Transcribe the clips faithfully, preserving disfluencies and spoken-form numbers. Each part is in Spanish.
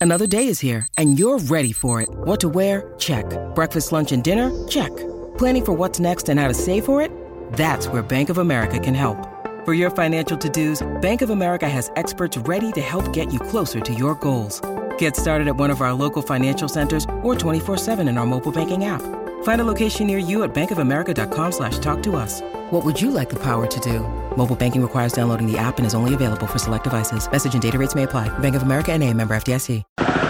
Another day is here, and you're ready for it. What to wear? Check. Breakfast, lunch, and dinner? Check. Planning for what's next and how to save for it? That's where Bank of America can help. For your financial to-dos, Bank of America has experts ready to help get you closer to your goals. Get started at one of our local financial centers or twenty-four seven in our mobile banking app. Find a location near you at bankofamerica.com slash talk to us. What would you like the power to do? Mobile banking requires downloading the app and is only available for select devices. Message and data rates may apply. Bank of America N A, member F D I C.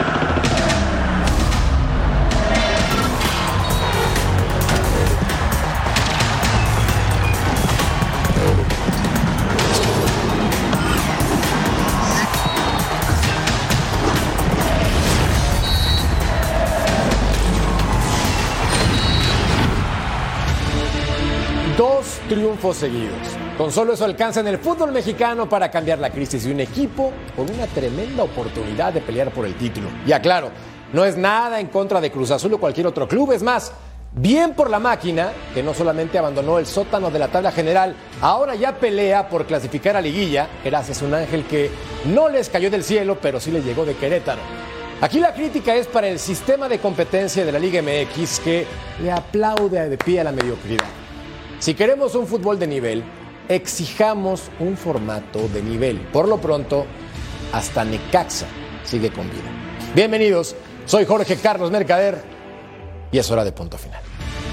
Dos triunfos seguidos. Con solo eso alcanza en el fútbol mexicano para cambiar la crisis de un equipo con una tremenda oportunidad de pelear por el título. Y aclaro, no es nada en contra de Cruz Azul o cualquier otro club. Es más, bien por la máquina, que no solamente abandonó el sótano de la tabla general, ahora ya pelea por clasificar a liguilla, gracias a un ángel que no les cayó del cielo, pero sí les llegó de Querétaro. Aquí la crítica es para el sistema de competencia de la Liga M X, que le aplaude de pie a la mediocridad. Si queremos un fútbol de nivel, exijamos un formato de nivel. Por lo pronto, hasta Necaxa sigue con vida. Bienvenidos, soy Jorge Carlos Mercader y es hora de Punto Final.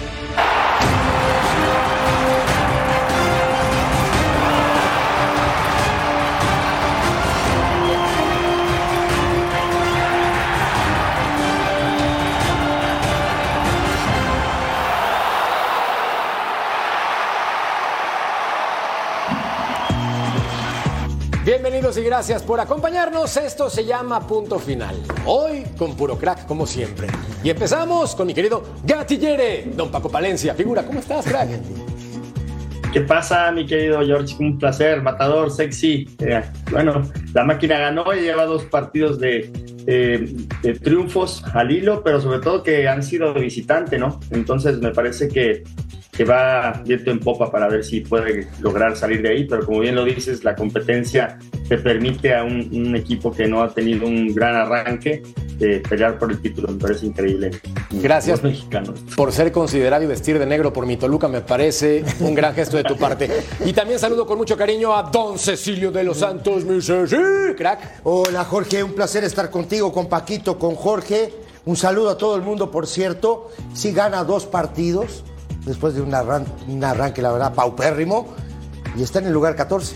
Bienvenidos y gracias por acompañarnos. Esto se llama Punto Final. Hoy con puro crack, como siempre. Y empezamos con mi querido gatillere, don Paco Palencia. Figura, ¿cómo estás, crack? ¿Qué pasa, mi querido George? Un placer, matador, sexy. Eh, bueno, la máquina ganó y lleva dos partidos de, eh, de triunfos al hilo, pero sobre todo que han sido de visitante, ¿no? Entonces me parece que que va viento en popa para ver si puede lograr salir de ahí, pero como bien lo dices, la competencia te permite a un, un equipo que no ha tenido un gran arranque de pelear por el título. Me parece increíble. Gracias por ser considerado y vestir de negro por mi Toluca, me parece un gran gesto de tu parte. Y también saludo con mucho cariño a don Cecilio de los Santos, mi Ceci, crack. Hola, Jorge, un placer estar contigo, con Paquito, con Jorge. Un saludo a todo el mundo, por cierto. Sí gana dos partidos después de un, arran un arranque, la verdad, paupérrimo, y está en el lugar catorce.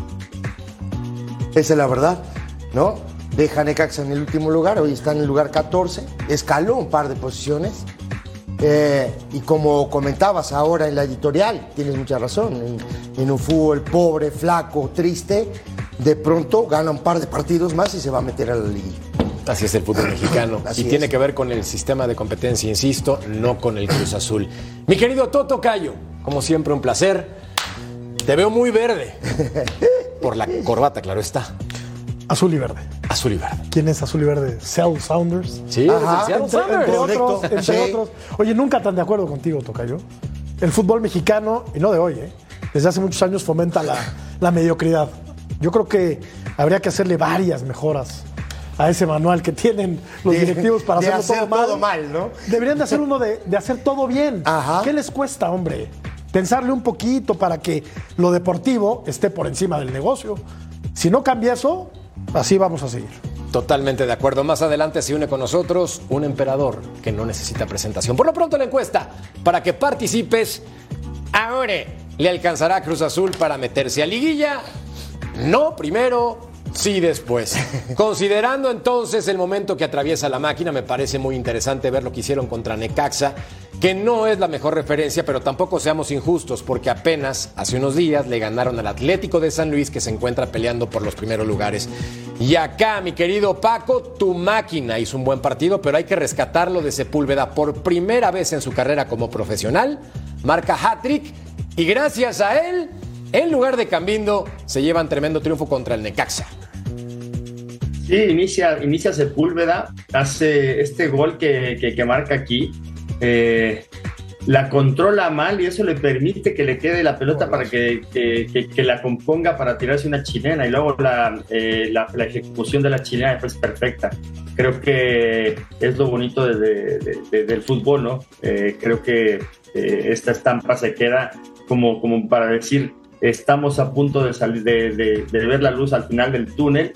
Esa es la verdad, ¿no? Deja a Necaxa en el último lugar, hoy está en el lugar catorce, escaló un par de posiciones, eh, y como comentabas ahora en la editorial, tienes mucha razón, en, en un fútbol pobre, flaco, triste, de pronto gana un par de partidos más y se va a meter a la liguilla. Así es el fútbol mexicano. Así y es. Tiene que ver con el sistema de competencia, insisto, no con el Cruz Azul. Mi querido Toto Cayo, como siempre un placer. Te veo muy verde. Por la corbata, claro está. Azul y verde. Azul y verde. ¿Quién es Azul y verde? Seattle Sounders. Sí, Ajá, Seattle entre, Sounders. entre otros, entre sí. otros. Oye, nunca tan de acuerdo contigo, Tocayo. El fútbol mexicano, y no de hoy, ¿eh? desde hace muchos años fomenta la, la mediocridad. Yo creo que habría que hacerle varias mejoras a ese manual que tienen los de, directivos para de hacerlo hacer todo, mal. todo mal, ¿no? Deberían de hacer uno de, de hacer todo bien. Ajá. ¿Qué les cuesta, hombre? Pensarle un poquito para que lo deportivo esté por encima del negocio. Si no cambia eso, así vamos a seguir. Totalmente de acuerdo. Más adelante se une con nosotros un emperador que no necesita presentación. Por lo pronto la encuesta, para que participes, ahora le alcanzará a Cruz Azul para meterse a liguilla. No primero, sí después. Considerando entonces el momento que atraviesa la máquina, me parece muy interesante ver lo que hicieron contra Necaxa, que no es la mejor referencia, pero tampoco seamos injustos, porque apenas hace unos días le ganaron al Atlético de San Luis, que se encuentra peleando por los primeros lugares. Y acá, mi querido Paco, tu máquina hizo un buen partido, pero hay que rescatarlo de Sepúlveda. Por primera vez en su carrera como profesional, marca hat-trick, y gracias a él, en lugar de Cambindo, se llevan tremendo triunfo contra el Necaxa. Sí, inicia, inicia Sepúlveda, hace este gol que, que, que marca aquí. Eh, la controla mal y eso le permite que le quede la pelota para que, que, que, que la componga para tirarse una chilena, y luego la, eh, la, la ejecución de la chilena es perfecta. Creo que es lo bonito de, de, de, de, del fútbol, ¿no? Eh, creo que eh, esta estampa se queda como, como para decir, estamos a punto de salir de, de, de ver la luz al final del túnel,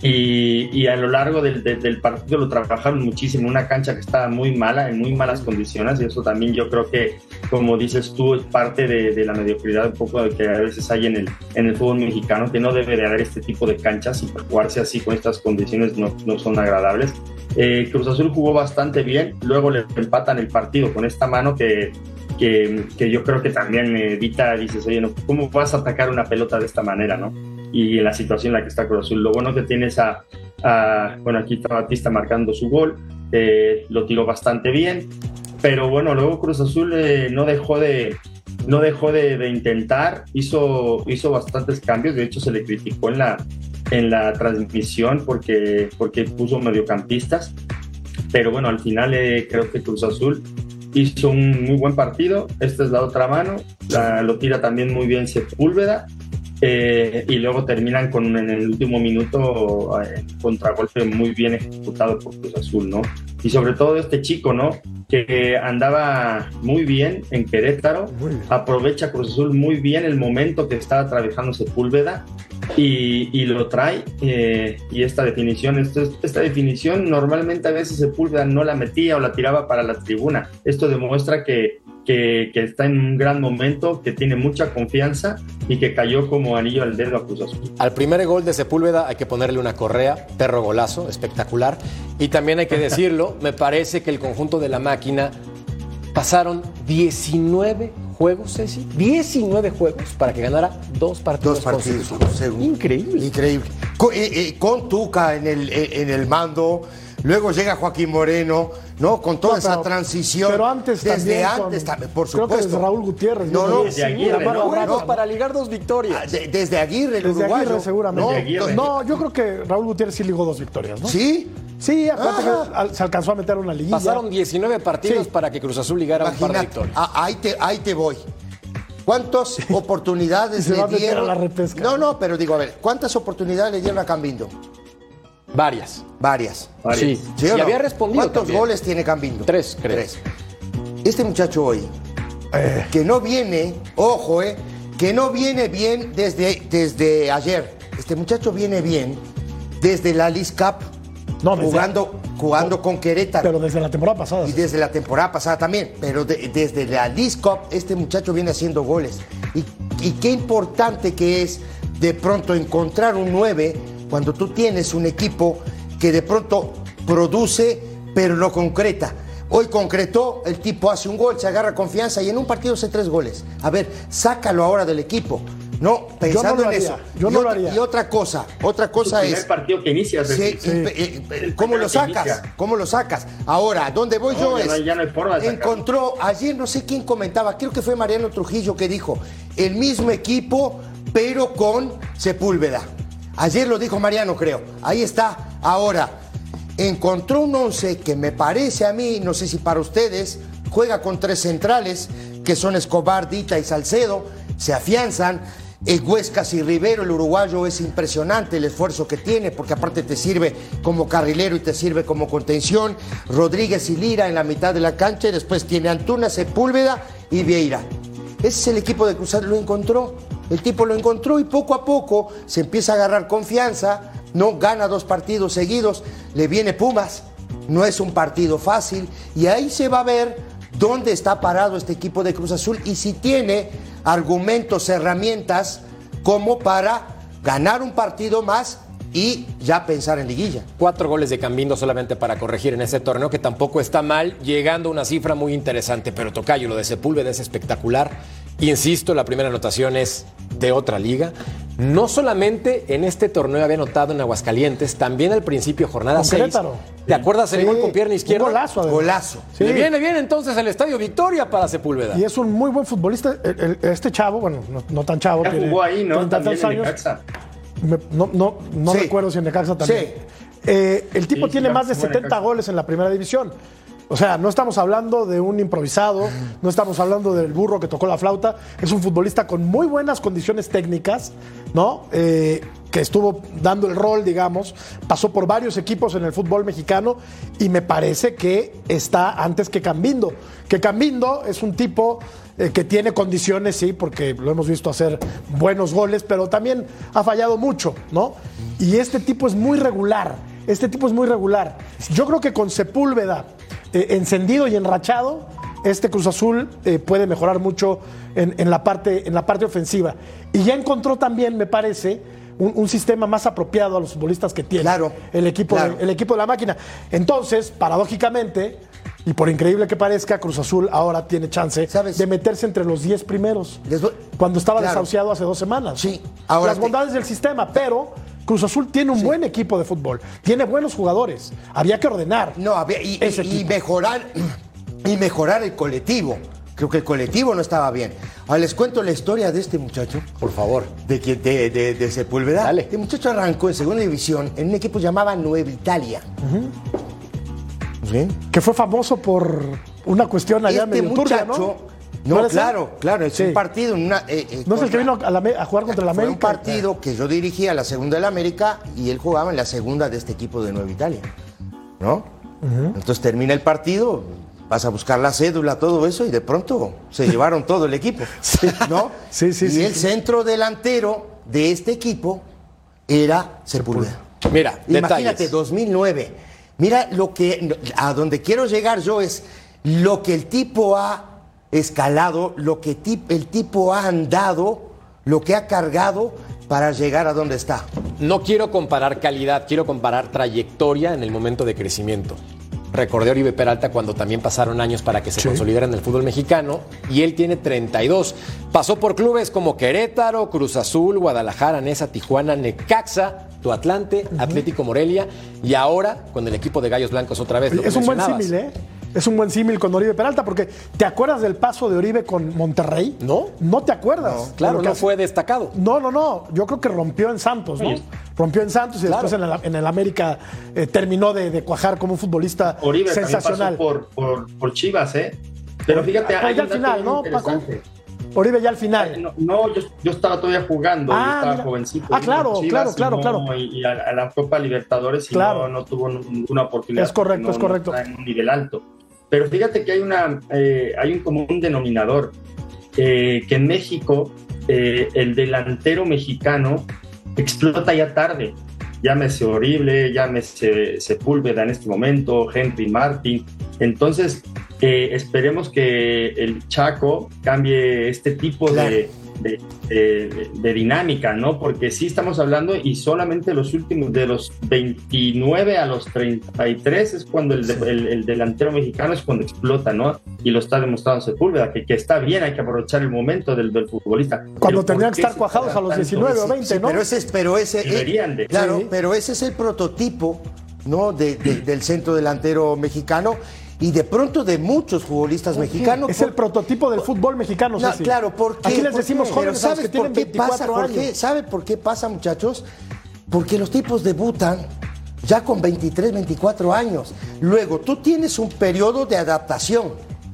y, y a lo largo del, de, del partido lo trabajaron muchísimo, una cancha que estaba muy mala, en muy malas condiciones, y eso también yo creo que, como dices tú, es parte de, de la mediocridad un poco de que a veces hay en el, en el fútbol mexicano, que no debe de haber este tipo de canchas, y jugarse así con estas condiciones no, no son agradables. Eh, Cruz Azul jugó bastante bien, luego le empatan el partido con esta mano que Que, que yo creo que también evita, dices, oye, ¿no? ¿Cómo vas a atacar una pelota de esta manera, no? Y en la situación en la que está Cruz Azul. Lo bueno que tienes a, a bueno, aquí está Batista marcando su gol, eh, lo tiró bastante bien, pero bueno, luego Cruz Azul eh, no dejó de no dejó de, de intentar, hizo, hizo bastantes cambios, de hecho se le criticó en la, en la transmisión porque, porque puso mediocampistas, pero bueno, al final eh, creo que Cruz Azul hizo un muy buen partido. Esta es la otra mano, la, lo tira también muy bien Sepúlveda, eh, y luego terminan con en el último minuto eh, contragolpe muy bien ejecutado por Cruz Azul, ¿no? Y sobre todo este chico, ¿no? Que andaba muy bien en Querétaro, bien. Aprovecha Cruz Azul muy bien el momento que estaba atravesando Sepúlveda y, y lo trae, eh, y esta definición, esto, esta definición normalmente a veces Sepúlveda no la metía o la tiraba para la tribuna. Esto demuestra que, que, que está en un gran momento, que tiene mucha confianza y que cayó como anillo al dedo a Cruz Azul. Al primer gol de Sepúlveda hay que ponerle una correa, perro golazo, espectacular. Y también hay que decirlo, me parece que el conjunto de la máquina pasaron diecinueve juegos, Ceci, diecinueve juegos para que ganara dos partidos. Dos partidos consecutivos. Increíble. Increíble. Con, eh, eh, con Tuca en el, eh, en el mando, luego llega Joaquín Moreno, ¿no? Con toda no, pero, esa transición. Pero antes desde también antes, con, también, por creo supuesto. Que desde Raúl Gutiérrez. No, no, desde Aguirre, ¿no? Juegos no. para ligar dos victorias. De, desde Aguirre, el desde uruguayo. Aguirre, seguramente. No, Aguirre. no, yo creo que Raúl Gutiérrez sí ligó dos victorias, ¿no? ¿Sí? Sí, acuérdate ah. que se alcanzó a meter una liguilla. Pasaron diecinueve partidos sí. para que Cruz Azul ligara Imagínate, un par de victorias. Ah, ahí, te, ahí te voy. ¿Cuántas oportunidades le dieron? A la repesca, no, no, pero digo, a ver, ¿cuántas oportunidades le dieron a Cambindo? Varias. Varias. Varias. Sí. ¿Sí y no? había respondido ¿Cuántos también? goles tiene Cambindo? Tres, creo. Tres. Este muchacho hoy, eh. que no viene, ojo, eh, que no viene bien desde, desde ayer. Este muchacho viene bien desde la Leagues Cup, no, jugando, jugando no, con Querétaro. Pero desde la temporada pasada. Y sí. desde la temporada pasada también. Pero de, desde la Leagues Cup, este muchacho viene haciendo goles. Y, y qué importante que es de pronto encontrar un nueve cuando tú tienes un equipo que de pronto produce, pero no concreta. Hoy concretó, el tipo hace un gol, se agarra confianza y en un partido hace tres goles. A ver, sácalo ahora del equipo. No, pensando no en haría, eso. Yo y, no otra, lo haría. y otra cosa, otra cosa el es... El partido que inicia. Sí, sí. Eh, eh, ¿Cómo lo sacas? ¿Cómo lo sacas? Ahora, ¿dónde voy no, yo ya es... No, ya no hay forma de encontró, ayer no sé quién comentaba, creo que fue Mariano Trujillo que dijo, el mismo equipo, pero con Sepúlveda. Ayer lo dijo Mariano, creo. Ahí está. Ahora, encontró un once que me parece a mí, no sé si para ustedes, juega con tres centrales, que son Escobar, Dita y Salcedo, se afianzan. El Huescas y Rivero, el uruguayo, es impresionante el esfuerzo que tiene, porque aparte te sirve como carrilero y te sirve como contención. Rodríguez y Lira en la mitad de la cancha, y después tiene Antuna, Sepúlveda y Vieira. Ese es el equipo de Cruz Azul, lo encontró. El tipo lo encontró y poco a poco se empieza a agarrar confianza, no gana dos partidos seguidos, le viene Pumas, no es un partido fácil, y ahí se va a ver dónde está parado este equipo de Cruz Azul y si tiene argumentos, herramientas como para ganar un partido más y ya pensar en liguilla. Cuatro goles de Cambindo solamente para corregir en ese torneo, que tampoco está mal, llegando a una cifra muy interesante, pero tocayo, lo de Sepúlveda es espectacular. Insisto, la primera anotación es de otra liga. No solamente en este torneo había anotado en Aguascalientes, también al principio, jornada seis. ¿Te acuerdas el sí, gol con pierna izquierda? Un golazo. Además. Golazo. Sí. Le viene bien entonces el Estadio Victoria para Sepúlveda. Y es un muy buen futbolista. El, el, este chavo, bueno, no, no tan chavo. Ya tiene jugó ahí, ¿no? También en años. Necaxa. Me, no no, no sí. recuerdo si en Necaxa también. Sí. Eh, el tipo sí, tiene sí, más de sí, setenta Necaxa. goles en la primera división. O sea, no estamos hablando de un improvisado, no estamos hablando del burro que tocó la flauta. Es un futbolista con muy buenas condiciones técnicas, ¿no? Eh, que estuvo dando el rol, digamos, pasó por varios equipos en el fútbol mexicano y me parece que está antes que Cambindo. Que Cambindo es un tipo eh, que tiene condiciones, sí, porque lo hemos visto hacer buenos goles, pero también ha fallado mucho, ¿no? Y este tipo es muy regular, este tipo es muy regular. Yo creo que con Sepúlveda eh, encendido y enrachado, este Cruz Azul eh, puede mejorar mucho en, en, la parte, en la parte ofensiva. Y ya encontró también, me parece, Un, un sistema más apropiado a los futbolistas que tiene claro, el, equipo claro. de, el equipo de la máquina. Entonces, paradójicamente, y por increíble que parezca, Cruz Azul ahora tiene chance ¿Sabes? de meterse entre los diez primeros, voy... cuando estaba claro. desahuciado hace dos semanas. Sí, ahora Las te... bondades del sistema, pero Cruz Azul tiene un sí. buen equipo de fútbol, tiene buenos jugadores. Había que ordenar no, había, y, ese y, y mejorar y mejorar el colectivo. Creo que el colectivo no estaba bien. Ahora les cuento la historia de este muchacho. Por favor. De, de, de, de, de Sepúlveda. Dale. Este muchacho arrancó en segunda división en un equipo llamado Nueva Italia. Uh-huh. ¿Sí? Que fue famoso por una cuestión allá este medio muchacho, turbia, ¿no? No, ¿No claro, claro. Es sí. un partido en una... Eh, eh, ¿No es el que vino a, la, a jugar contra la América? Fue un partido que yo dirigía la segunda de la América y él jugaba en la segunda de este equipo de Nueva Italia. ¿No? Uh-huh. Entonces termina el partido... Vas a buscar la cédula, todo eso, y de pronto se llevaron todo el equipo, sí. ¿no? Sí, sí, y sí, el sí. centro delantero de este equipo era Sepúlveda. Mira, imagínate, detalles. dos mil nueve. Mira lo que, a donde quiero llegar yo es lo que el tipo ha escalado, lo que el tipo ha andado, lo que ha cargado para llegar a donde está. No quiero comparar calidad, quiero comparar trayectoria en el momento de crecimiento. Recordé a Oribe Peralta cuando también pasaron años para que se sí. consolidara en el fútbol mexicano y él tiene treinta y dos. Pasó por clubes como Querétaro, Cruz Azul, Guadalajara, Nesa, Tijuana, Necaxa, Tuatlante, uh-huh. Atlético Morelia y ahora con el equipo de Gallos Blancos otra vez. Lo es que un buen símil, ¿eh? Es un buen símil con Oribe Peralta, porque ¿te acuerdas del paso de Oribe con Monterrey? No. No te acuerdas. No, claro, no hace... fue destacado. No, no, no. Yo creo que rompió en Santos, ¿no? Sí. Rompió en Santos y claro. después en el, en el América eh, terminó de, de cuajar como un futbolista Oribe sensacional. Oribe pasó por, por, por Chivas, ¿eh? Pero fíjate, ah, hay ya un al final, ¿no, Paco? Oribe ya al final. No, no yo, yo estaba todavía jugando, ah, yo estaba mira. jovencito. Ah, claro, Chivas, claro, claro, y no, claro. Y, y a, a la Copa Libertadores y claro. no, no tuvo ninguna oportunidad. Es correcto, no, es correcto. No está en un nivel alto. Pero fíjate que hay, una, eh, hay un común denominador, eh, que en México eh, el delantero mexicano explota ya tarde. Llámese Oribe, llámese Sepúlveda en este momento, Henry Martin. Entonces, eh, esperemos que el Chaco cambie este tipo claro. de, de, de, de dinámica, ¿no? Porque sí estamos hablando y solamente los últimos, de los veintinueve a los treinta y tres es cuando el, el, el delantero mexicano es cuando explota, ¿no? Y lo está demostrando Sepúlveda, que, que está bien, hay que aprovechar el momento del, del futbolista. Cuando tendrían que estar cuajados a los diecinueve o veinte, ¿no? Pero ese, pero ese, Deberían de. Claro, sí. pero ese es el prototipo, ¿no? De, de, del centro delantero mexicano. Y de pronto de muchos futbolistas mexicanos. Es por... el prototipo del fútbol mexicano, no, Ceci. Claro, ¿por qué? Aquí les decimos qué? jóvenes a los que tienen veinticuatro pasa, años. ¿por qué? ¿Sabe por qué pasa, muchachos? Porque los tipos debutan ya con veintitrés, veinticuatro años. Luego, tú tienes un periodo de adaptación.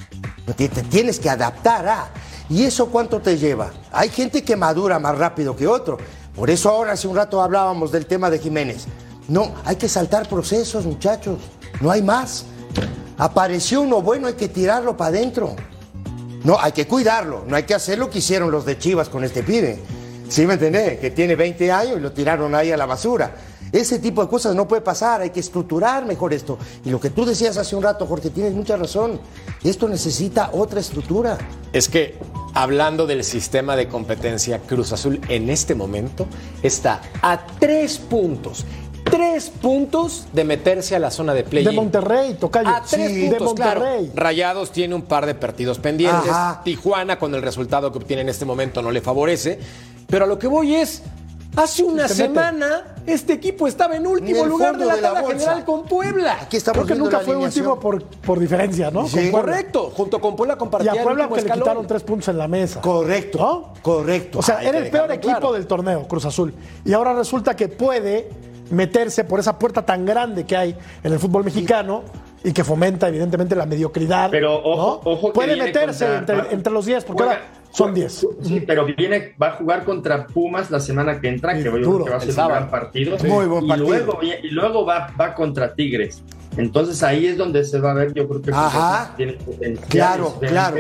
Te, te tienes que adaptar a... ¿Y eso cuánto te lleva? Hay gente que madura más rápido que otro. Por eso ahora hace un rato hablábamos del tema de Jiménez. No, hay que saltar procesos, muchachos. No hay más. Apareció uno bueno, hay que tirarlo para adentro. No, hay que cuidarlo. No hay que hacer lo que hicieron los de Chivas con este pibe. ¿Sí me entendés? Que tiene veinte años y lo tiraron ahí a la basura. Ese tipo de cosas no puede pasar. Hay que estructurar mejor esto. Y lo que tú decías hace un rato, Jorge, tienes mucha razón. Esto necesita otra estructura. Es que, hablando del sistema de competencia, Cruz Azul en este momento está a tres puntos. Tres puntos de meterse a la zona de play-in. De Monterrey, tocayo. A tres sí, puntos, de Monterrey. Claro. Rayados tiene un par de partidos pendientes. Ajá. Tijuana, con el resultado que obtiene en este momento, no le favorece. Pero a lo que voy es, hace una semana este equipo estaba en último lugar de la tabla general con Puebla. Aquí estamos Creo que nunca fue último por, por diferencia, ¿no? Sí, correcto. Junto con Puebla compartía y a Puebla el último que escalón. le quitaron tres puntos en la mesa. Correcto, ¿no? Correcto. O sea, Hay era que el peor dejarlo equipo claro. del torneo, Cruz Azul. Y ahora resulta que puede meterse por esa puerta tan grande que hay en el fútbol mexicano y que fomenta evidentemente la mediocridad. Pero ojo, ¿no? ojo que puede viene meterse contra- entre, entre los diez, porque Juega- ahora son diez. Sí, pero viene, va a jugar contra Pumas la semana que entra, Sí, que yo creo duro, que va a el ser un sábado. gran partido. Muy buen y partido. Luego, vi- y luego va, va contra Tigres. Entonces ahí es donde se va a ver, yo creo que Ajá. tiene potencial, Claro, obviamente, claro.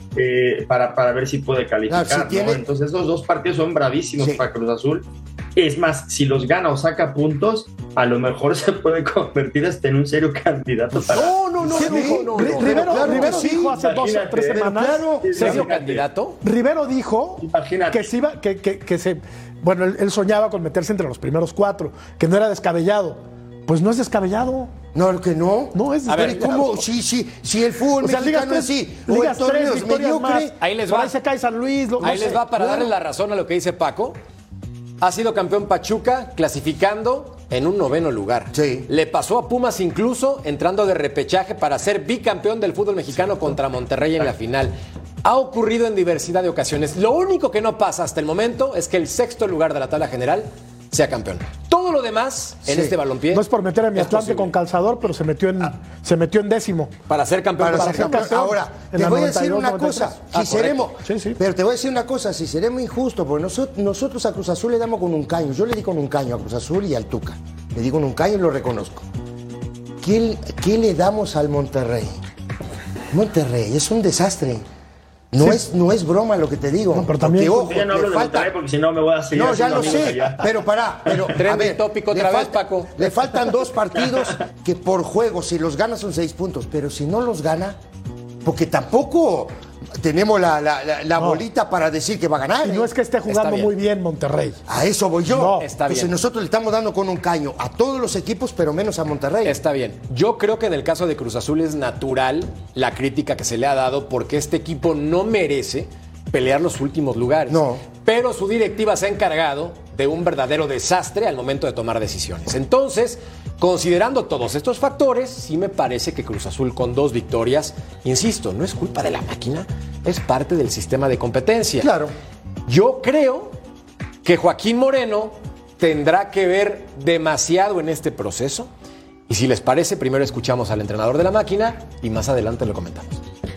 eh, para, para ver si puede calificar. Claro, si ¿no? tiene- Entonces esos dos partidos son bravísimos Sí. para Cruz Azul. Es más, si los gana o saca puntos, a lo mejor se puede convertir hasta en un serio candidato para... No, no, no, Sí, no, no, no, Ri- no. Rivero, claro que Rivero sí. dijo hace dos o Imagínate, tres pero semanas. claro. ¿Serio Imagínate. candidato? Rivero dijo Imagínate. que se iba, que, que, que se. Bueno, él, él soñaba con meterse entre los primeros cuatro, que no era descabellado. Pues no es descabellado. No, que no. No es A ver, Pero ¿y cómo? Si, si, si el fútbol O sea, ligas mexicano tres, es así, o el ligas tres torneo es victorias más. mediocre. Ahí les Por va. ahí se cae San Luis. lo- Ahí no les sé. va para Claro. darle la razón a lo que dice Paco. Ha sido campeón Pachuca clasificando en un noveno lugar. Sí. Le pasó a Pumas incluso entrando de repechaje para ser bicampeón del fútbol mexicano contra Monterrey en la final. Ha ocurrido en diversidad de ocasiones. Lo único que no pasa hasta el momento es que el sexto lugar de la tabla general sea campeón. Todo lo demás en Sí. este balompié No es por meter a mi es Atlante posible. con calzador, pero se metió en, se metió en décimo. Para ser campeón. Para para ser ser ser campeón. campeón. Ahora, En te la voy a decir noventa y dos, una noventa y tres. cosa. Ah, Si seremos, Sí, sí. Pero te voy a decir una cosa. Si seremos injustos, porque nosotros, nosotros a Cruz Azul le damos con un caño. Yo le di con un caño a Cruz Azul y al Tuca. Le di con un caño y lo reconozco. ¿Qué, qué le damos al Monterrey? Monterrey es un desastre. No, Sí. es, no es broma lo que te digo. No, pero también- Porque, ojo, Yo no hablo le de falta- Monterrey porque si no me voy a seguir No, ya haciendo lo amigos sé, allá. pero pará, pero a Trending ver, topic le otra vez, falta- Paco. Le faltan dos partidos que por juego, si los gana son seis puntos, pero si no los gana, porque tampoco tenemos la, la- la- la No. bolita para decir que va a ganar. Y no ¿eh? es que esté jugando bien. muy bien Monterrey. A eso voy yo. No, está Entonces bien. nosotros le estamos dando con un caño a todos los equipos, pero menos a Monterrey. Está bien. Yo creo que en el caso de Cruz Azul es natural la crítica que se le ha dado porque este equipo no merece pelear los últimos lugares. No. Pero su directiva se ha encargado de un verdadero desastre al momento de tomar decisiones. Entonces, considerando todos estos factores, sí me parece que Cruz Azul con dos victorias, insisto, no es culpa de la máquina, es parte del sistema de competencia. Claro. Yo creo que Joaquín Moreno tendrá que ver demasiado en este proceso. Y si les parece, primero escuchamos al entrenador de la máquina y más adelante lo comentamos.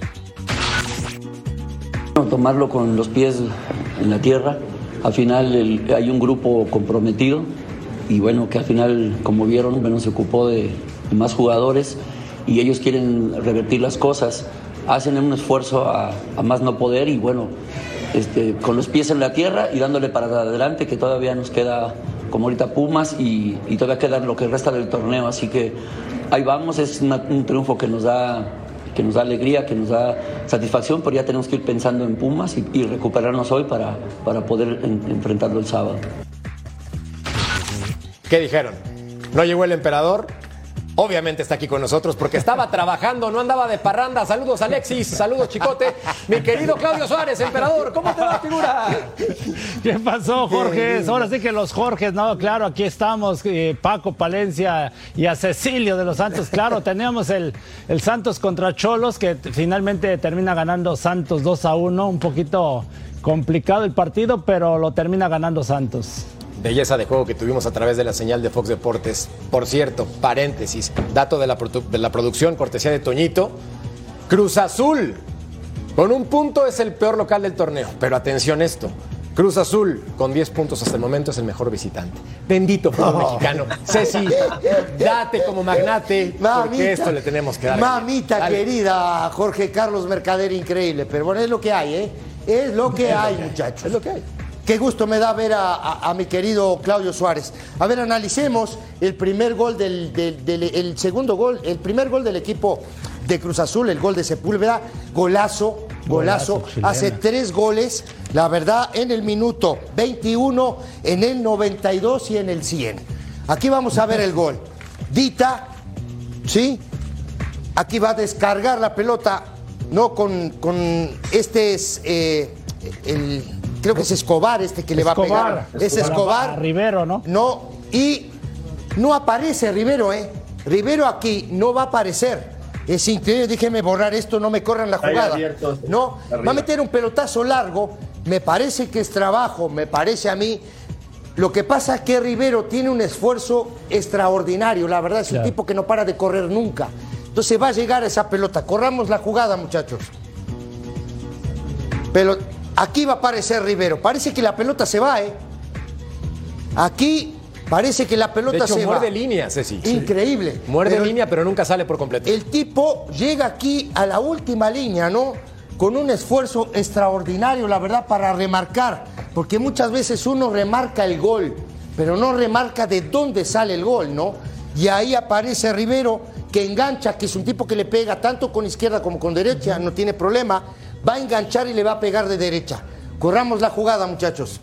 No, tomarlo con los pies en la tierra. Al final el- hay un grupo comprometido y bueno, que al final, como vieron, bueno, se ocupó de, de más jugadores y ellos quieren revertir las cosas. Hacen un esfuerzo a, a más no poder y bueno, este, con los pies en la tierra y dándole para adelante, que todavía nos queda como ahorita Pumas y, y todavía queda lo que resta del torneo. Así que ahí vamos, es una- un triunfo que nos da que nos da alegría, que nos da satisfacción, pero ya tenemos que ir pensando en Pumas y, y recuperarnos hoy para, para poder en- enfrentarlo el sábado. ¿Qué dijeron? ¿No llegó el emperador? Obviamente está aquí con nosotros porque estaba trabajando, no andaba de parranda. Saludos Alexis, saludos Chicote. Mi querido Claudio Suárez, emperador, ¿cómo te va, figura? ¿Qué pasó, Jorge? Ahora sí que los Jorges, no, claro, aquí estamos, eh, Paco Palencia y a Cecilio de los Santos. Claro, teníamos el, el Santos contra Cholos, que t- finalmente termina ganando Santos dos a uno. Un poquito complicado el partido, pero lo termina ganando Santos. Belleza de juego que tuvimos a través de la señal de Fox Deportes. Por cierto, paréntesis, dato de la, produ- de la producción, cortesía de Toñito. Cruz Azul, con un punto es el peor local del torneo. Pero atención esto, Cruz Azul, con diez puntos hasta el momento, es el mejor visitante. Bendito fútbol mexicano. Ceci, date como magnate, porque esto le tenemos que dar. Mamita Dale. querida, Jorge Carlos Mercader, increíble. Pero bueno, es lo que hay, ¿eh? Es lo que hay, muchachos. Es lo que hay. Qué gusto me da ver a, a- a mi querido Claudio Suárez. A ver, analicemos el primer gol del, del- del- el segundo gol, el primer gol del equipo de Cruz Azul, el gol de Sepúlveda, golazo, golazo, Golazo, chilena. hace tres goles, la verdad, en el minuto veintiuno, en el noventa y dos y en el cien. Aquí vamos a ver el gol. Dita, ¿sí? Aquí va a descargar la pelota, no con, con este es eh, el, creo que es Escobar este que le va a Escobar. pegar. Es Escobar. A Rivero, ¿no? No, y no aparece Rivero, ¿eh? Rivero aquí no va a aparecer. Es increíble, déjeme borrar esto, no me corran la Está ahí jugada. abierto, No, arriba. va a meter un pelotazo largo, me parece que es trabajo, me parece a mí. Lo que pasa es que Rivero tiene un esfuerzo extraordinario, la verdad es un Claro. tipo que no para de correr nunca. Entonces va a llegar esa pelota. Corramos la jugada, muchachos. Pero aquí va a aparecer Rivero. Parece que la pelota se va, ¿eh? Aquí parece que la pelota de hecho, se va. muerde línea, Ceci. Increíble. Muerde Pero línea, pero nunca sale por completo. el tipo llega aquí a la última línea, ¿no? Con un esfuerzo extraordinario, la verdad, para remarcar. Porque muchas veces uno remarca el gol, pero no remarca de dónde sale el gol, ¿no? Y ahí aparece Rivero, que engancha, que es un tipo que le pega tanto con izquierda como con derecha, no tiene problema. Va a enganchar y le va a pegar de derecha. Corramos la jugada, muchachos.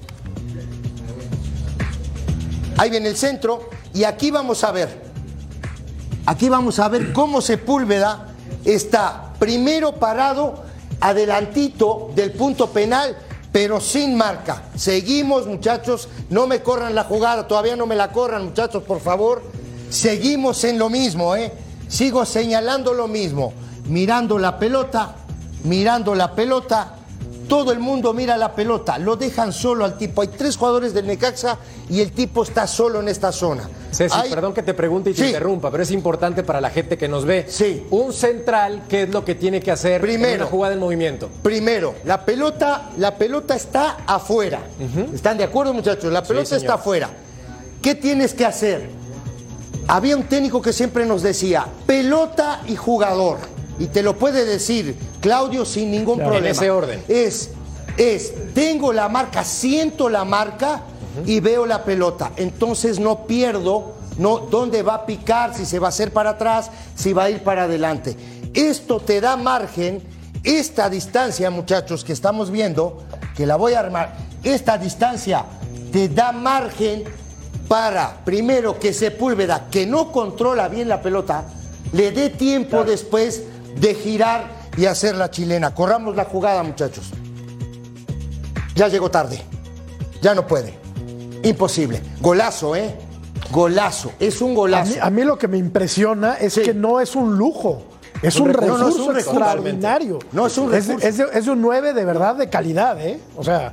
Ahí viene el centro y aquí vamos a ver. Aquí vamos a ver cómo Sepúlveda está primero parado adelantito del punto penal, pero sin marca. Seguimos, muchachos, no me corran la jugada, todavía no me la corran, muchachos, por favor. Seguimos en lo mismo, ¿eh? Sigo señalando lo mismo, mirando la pelota, mirando la pelota. Todo el mundo mira la pelota, lo dejan solo al tipo. Hay tres jugadores del Necaxa y el tipo está solo en esta zona. Ceci, Hay... perdón que te pregunte y te sí. interrumpa, pero es importante para la gente que nos ve. Sí. Un central, ¿qué es lo que tiene que hacer Primero, en una jugada en movimiento? Primero, la pelota, la pelota está afuera. Uh-huh. ¿Están de acuerdo, muchachos? La pelota sí, está afuera. ¿Qué tienes que hacer? Había un técnico que siempre nos decía, pelota y jugador. Y te lo puede decir Claudio sin ningún claro, problema. En ese orden. Es, es, tengo la marca, siento la marca uh-huh. y veo la pelota. Entonces no pierdo no, dónde va a picar, si se va a hacer para atrás, si va a ir para adelante. Esto te da margen, esta distancia, muchachos, que estamos viendo, que la voy a armar, esta distancia te da margen para, primero, que Sepúlveda, que no controla bien la pelota, le dé tiempo claro. después de girar y hacer la chilena. Corramos la jugada, muchachos. Ya llegó tarde. Ya no puede. Imposible. Golazo, ¿eh? Golazo. Es un golazo. A mí, a mí lo que me impresiona es sí. que no es un lujo. Es un, un recurso, no, no es un extraordinario. No es un recurso. Es, es, de, es de un nueve de verdad de calidad, ¿eh? O sea...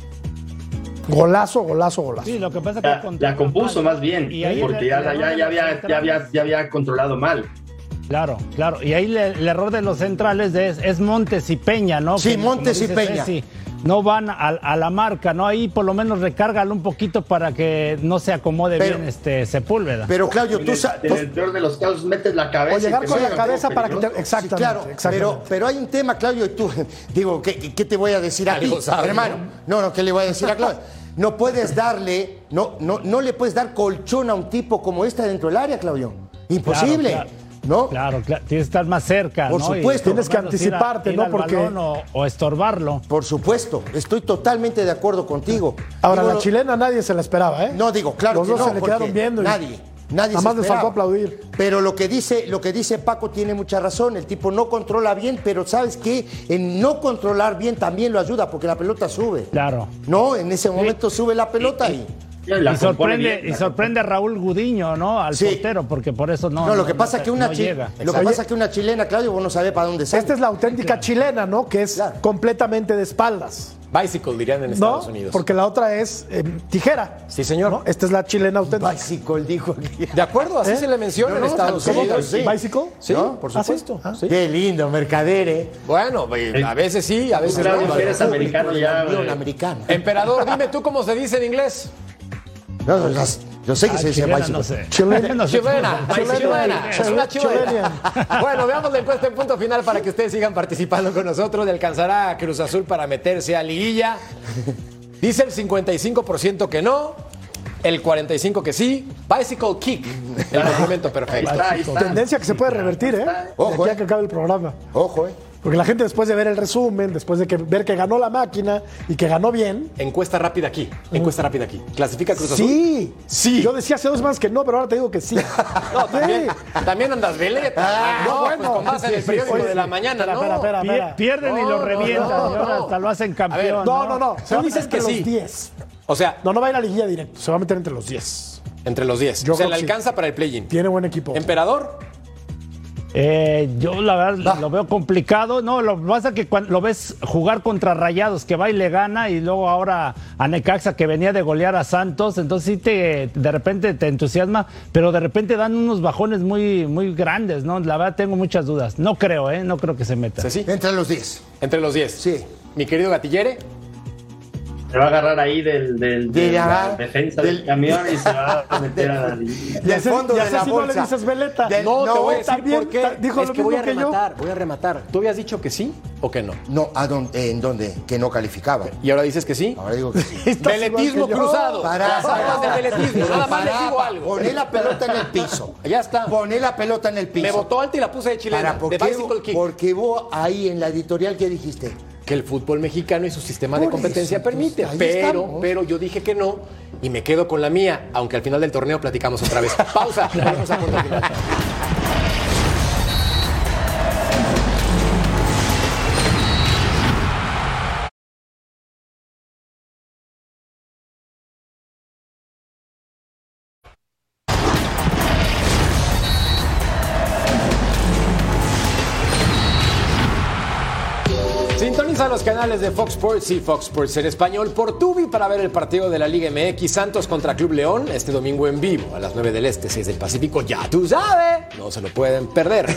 Golazo, golazo, golazo. Sí, lo que pasa es que la, la compuso mal, más bien, y ahí porque el, ya, el ya, ya, había, ya, había, ya había controlado mal. Claro, claro. Y ahí le, el error de los centrales es, es Montes y Peña, ¿no? Sí, que, Montes y Peña. Ceci, no van a, a la marca, ¿no? Ahí por lo menos recárgalo un poquito para que no se acomode pero, bien este Sepúlveda. Pero Claudio, tú sabes. En el peor de los casos metes la cabeza. O llegar con la cabeza para que te. Exactamente. Sí, claro, exactamente. Pero, pero hay un tema, Claudio, y tú, digo, ¿qué, qué te voy a decir a ti? Hermano, no, no, ¿qué le voy a decir a Claudio? No puedes darle, no, no, no le puedes dar colchón a un tipo como este dentro del área, Claudio. Imposible. Claro, claro. ¿No? Claro, claro, tienes que estar más cerca. Por ¿no? supuesto. Y, tienes que anticiparte, ir a, ir ¿no? Porque. O, o estorbarlo. Por supuesto, estoy totalmente de acuerdo contigo. Ahora, digo, la chilena nadie se la esperaba, ¿eh? No, digo, claro Los que dos no, se le quedaron viendo. Nadie. Nadie Nada más les faltó aplaudir. Pero lo que dice, lo que dice Paco tiene mucha razón. El tipo no controla bien, pero ¿sabes qué? En no controlar bien también lo ayuda, porque la pelota sube. Claro. No, en ese momento sí. sube la pelota y... y Y sorprende, bien, y sorprende a Raúl Gudiño, ¿no? Al sí. portero, porque por eso no. No, lo que no, pasa no, que una no chi- llega. Lo que pasa es que una chilena, Claudio, vos no sabés para dónde sale. Esta es la auténtica claro. chilena, ¿no? Que es claro. completamente de espaldas. Bicycle dirían en Estados ¿No? Unidos. Porque la otra es eh, tijera. Sí, señor. ¿No? Esta es la chilena auténtica. Bicycle, dijo aquí. De acuerdo, así ¿Eh? se le menciona no, en no, Estados ¿cómo? Unidos. Sí. ¿Bicycle? Sí, ¿no? por supuesto. ¿Ah, sí? ¿Sí? Qué lindo, mercader, ¿eh? Bueno, a veces sí, a veces Claudio, no. eres americano ya. Un americano. Emperador, dime tú cómo se dice en inglés. No, no, no, yo sé que Ah, se dice chilena, bicycle. no sé. Chilena. No sé. Chilena, Chilena. chilena, es una chilena. Chilena. Bueno, veamos la encuesta en punto final para que ustedes sigan participando con nosotros. ¿Le alcanzará a Cruz Azul para meterse a liguilla? Dice el cincuenta y cinco por ciento que no, el cuarenta y cinco por ciento que sí. Bicycle kick, el movimiento perfecto. Ahí está, ahí está. Tendencia que se puede revertir, ¿eh? Ojo, De aquí eh. a que acabe el programa. Ojo, ¿eh? Porque la gente después de ver el resumen, después de que, ver que ganó la máquina y que ganó bien. Encuesta rápida aquí, encuesta rápida aquí. ¿Clasifica Cruz Azul? Sí, Sí. Yo decía hace dos semanas que no, pero ahora te digo que sí. No, también, Sí. también andas veleta. Ah, no, bueno. pues con base en el periódico Oye, de la mañana, espera, ¿no? espera, espera, Pier- espera. Pierden y No, lo no, revientan. no, y ahora no. hasta lo hacen campeón. No, no, no. Se va a Tú meter dices que entre sí. los diez. O sea, No, no va a ir a la liguilla directo. Se va a meter entre los diez. entre los diez. Yo O sea, creo le que sí. alcanza para el play-in. Tiene buen equipo. Emperador, Eh, yo la verdad lo veo complicado. No, lo que pasa es que cuando lo ves jugar contra Rayados, que va y le gana, y luego ahora a Necaxa, que venía de golear a Santos, entonces sí te, de repente te entusiasma, pero de repente dan unos bajones muy, muy grandes, ¿no? La verdad tengo muchas dudas. No creo, ¿eh? No creo que se meta. ¿Sí, sí? Entre los diez. Entre los diez. Sí. Mi querido Gatillere. Se va a agarrar ahí del, del, De de la- la defensa del, del- camión y se va a meter a la línea. Del fondo ya de sé la si no le bolsa. dices Veleta. Del- No, te no, voy a decir también por qué. ta- dijo es lo que voy a mismo que yo. rematar, voy a rematar. ¿Tú habías dicho que sí o que no? No, ¿a dónde? ¿En dónde? Que no calificaba. ¿Y ahora dices que sí? Ahora digo que sí. Estás Veletismo igual que yo. cruzado. Para, Las aguas del veletismo. Nada más les digo algo. Poné la pelota en el piso. Ya está. Poné la pelota en el piso. Me botó alto y la puse de chilena. Para, ¿por de qué, bicycle kick. porque vos ahí en la editorial, ¿qué dijiste? Que el fútbol mexicano y su sistema de Por competencia eso, permite. entonces, ahí Pero, estamos. pero yo dije que no y me quedo con la mía, aunque al final del torneo platicamos otra vez. Pausa. Volvemos a punto final. Sintoniza los canales de Fox Sports y Fox Sports en español por Tubi para ver el partido de la Liga M X Santos contra Club León este domingo en vivo a las nueve del Este, seis del Pacífico. Ya tú sabes, no se lo pueden perder.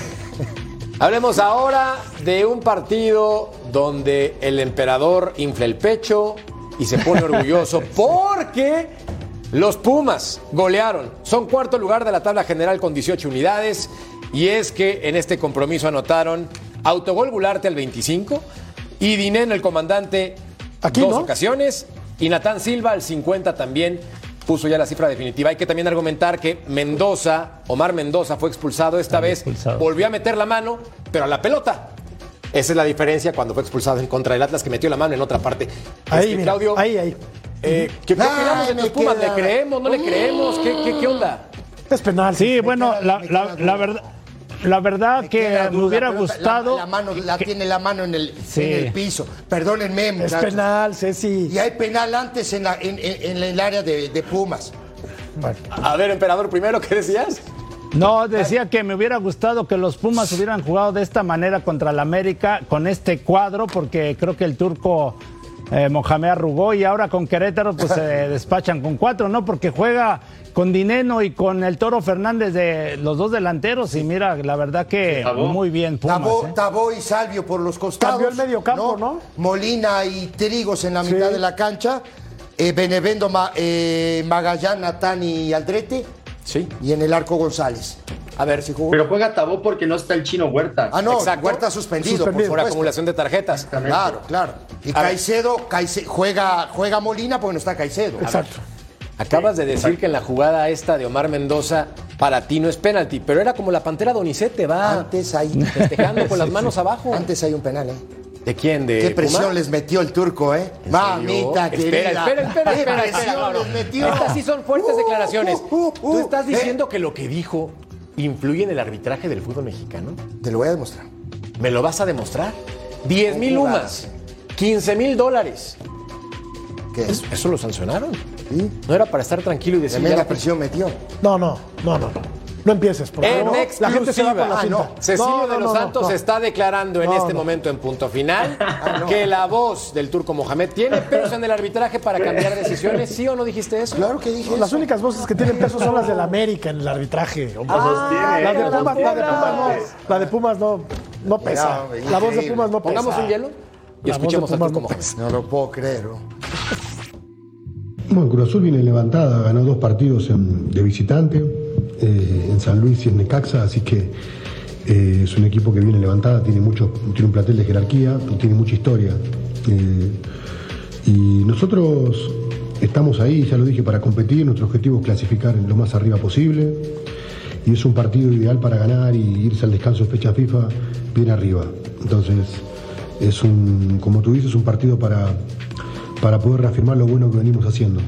Hablemos ahora de un partido donde el emperador infla el pecho y se pone orgulloso porque los Pumas golearon. Son cuarto lugar de la tabla general con dieciocho unidades y es que en este compromiso anotaron autogol Gularte al veinticinco y Dineno, el comandante, Aquí, dos ¿no? ocasiones, y Natán Silva al cincuenta también puso ya la cifra definitiva. Hay que también argumentar que Mendoza, Omar Mendoza fue expulsado esta vez, expulsado. volvió a meter la mano, pero a la pelota. Esa es la diferencia cuando fue expulsado en contra del Atlas, que metió la mano en otra parte. Ahí, Este, mira, Claudio, ahí, ahí. eh, ¿qué, qué Ay, opinamos de me tus Pumas? queda- ¿Le creemos, no le creemos? ¿Qué, qué, qué onda? Es penal. Sí, bueno, queda- la, me la- queda la duda. verdad, la verdad Me que queda me duda, hubiera pero la- gustado. La, mano, la que- tiene la mano en el, Sí. en el piso. Perdónenme, Es muchachos. penal, Ceci. Y hay penal antes en, la, en, en- en el área de, de Pumas. Bueno, A ver, emperador, primero, ¿qué decías? No, decía que me hubiera gustado que los Pumas hubieran jugado de esta manera contra el América, con este cuadro, porque creo que el turco eh, Mohamed arrugó y ahora con Querétaro pues se despachan con cuatro, ¿no? Porque juega con Dineno y con el Toro Fernández, de los dos delanteros, y mira, la verdad que Tabó. muy bien Pumas. Tabó, ¿eh? Tabó y Salvio por los costados. Cambió el mediocampo, ¿no? Molina y Trigos en la Sí. mitad de la cancha. Eh, Benevendo, Ma- eh, Magallán, Natán y Aldrete. Sí. Y en el arco González. A ver, ¿Sí jugó? Pero juega Tabó porque no está el Chino Huerta. Ah, no, Exacto. Huerta suspendido, Suspendido. por por supuesto. acumulación de tarjetas. Claro, claro. Y A ver. Caicedo, Caice- juega, juega Molina porque no está Caicedo. exacto. Acabas de decir que en la jugada esta de Omar Mendoza para ti no es penalti, pero era como la Pantera Donizete, va Antes hay, festejando con las manos abajo. antes hay un penal, ¿eh? ¿De quién? ¿De Qué presión Puma? les metió el turco, ¿eh? ¿En Mamita serio? querida. Espera, espera, espera, Qué espera, presión espera, Mauro. les metió. Estas sí son fuertes Uh, declaraciones. uh, uh, ¿Tú estás uh, diciendo que lo que dijo influye en el arbitraje del fútbol mexicano? Te lo voy a demostrar. ¿Me lo vas a demostrar? diez mil Con UMAS, quince mil dólares. ¿Qué es? ¿Eso, eso lo sancionaron? ¿Sí? ¿No era para estar tranquilo y decir... Tremenda ya- presión metió. No, no, no, no. No empieces, por En favor. La gente se va con la exclusiva. Ah, finta. no. Cecilio No, de no, los no, Santos no. está declarando en No, este no. momento en punto final no. que la voz del turco Mohamed tiene peso en el arbitraje para cambiar decisiones. ¿Sí o no dijiste eso? Claro que dije Las eso. únicas voces que tienen peso son las del América en el arbitraje. hombre. sostiene, la de lo Pumas, la de sostiene. Pumas no. La de Pumas no, no pesa. Mira, La voz de increíble. Pumas no pesa. Pongamos un hielo y La voz de escuchemos al Pumas turco no Mohamed. pesa. No lo puedo creer. ¿no? Bueno, Cruz Azul viene levantada, ganó dos partidos en- de visitante, eh, en San Luis y en Necaxa, así que eh, es un equipo que viene levantada, tiene, mucho, tiene un plantel de jerarquía, tiene mucha historia. Eh, y nosotros estamos ahí, ya lo dije, para competir, nuestro objetivo es clasificar lo más arriba posible, y es un partido ideal para ganar y irse al descanso de fecha FIFA bien arriba. Entonces, es un, como tú dices, un partido para... para poder reafirmar lo bueno que venimos haciendo.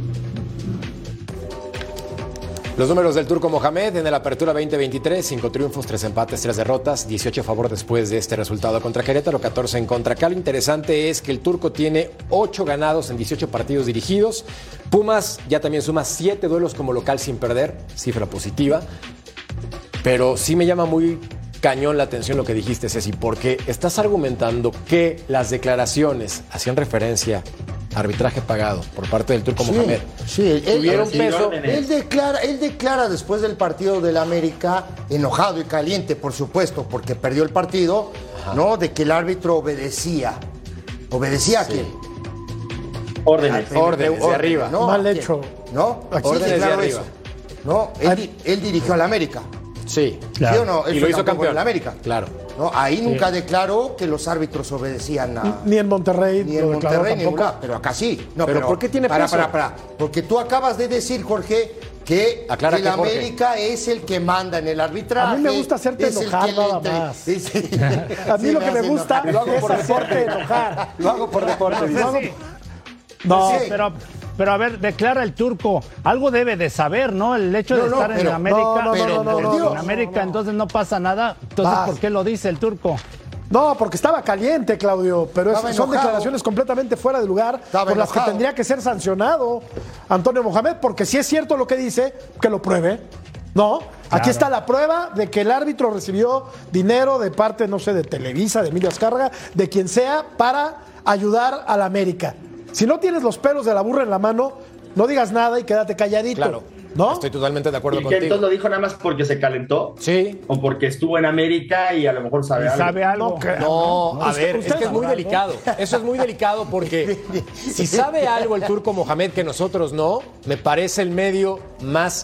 Los números del turco Mohamed en el Apertura veinte veintitrés, cinco triunfos, tres empates, tres derrotas, dieciocho a favor después de este resultado contra Querétaro, catorce en contra. Acá lo interesante es que el turco tiene ocho ganados en dieciocho partidos dirigidos. Pumas ya también suma siete duelos como local sin perder, cifra positiva. Pero sí me llama muy cañón la atención lo que dijiste, Ceci, porque estás argumentando que las declaraciones hacían referencia a arbitraje pagado por parte del Turco Sí, Mohamed. sí, él, Tuvieron él- peso. Él declara, él declara después del partido del América, enojado y caliente, por supuesto, porque perdió el partido, ¿no? De que el árbitro obedecía. ¿Obedecía a quién? Órdenes. Al- Órdenes de orden, arriba. ¿no? Mal ¿A quién? hecho. ¿No? Aquí Órdenes de declaró arriba. eso. ¿No? Él, di- él dirigió al América. Sí. ¿Sí o no? Él Y fue lo hizo campeón. con el América. Claro. ¿No? Ahí nunca declaró que los árbitros obedecían a... Ni en Monterrey. Ni en lo declaró Monterrey, ni en tampoco. ningún- pero acá sí. No, ¿Pero por qué tiene para, peso? Para, para, Porque tú acabas de decir, Jorge, que Aclara el que, Jorge. América es el que manda en el arbitraje. A mí me gusta hacerte es el enojar que nada le- más. Sí, sí. A mí Sí, lo que me hace gusta enojar. Lo hago por es hacerte deporte. enojar. Lo hago por deporte. Lo hago- dice. No, Sí. Pero, pero a ver, declara el Turco, algo debe de saber, ¿no? El hecho de No, no, estar en pero- América, no, no, pero no, no, en no, no, América no, no. entonces no pasa nada. Entonces, Vas. ¿por qué lo dice el Turco? No, porque estaba caliente, Claudio, pero es- Estaba son enojado. declaraciones completamente fuera de lugar Estaba por las que enojado. tendría que ser sancionado Antonio Mohamed, porque si es cierto lo que dice, que lo pruebe. No, aquí está la prueba de que el árbitro recibió dinero de parte, no sé, de Televisa, de Emilio Azcárraga, de quien sea, para ayudar a la América. Si no tienes los pelos de la burra en la mano, no digas nada y quédate calladito. Claro. ¿No? Estoy totalmente de acuerdo ¿Y que contigo. entonces lo dijo nada más porque se calentó? Sí. ¿O porque estuvo en América y a lo mejor sabe Y algo? sabe algo. No, que- No, a Usted- ver, es usted que es muy sabrá, ¿no? delicado. Eso es muy delicado porque si sabe algo el Turco Mohamed que nosotros no, me parece el medio más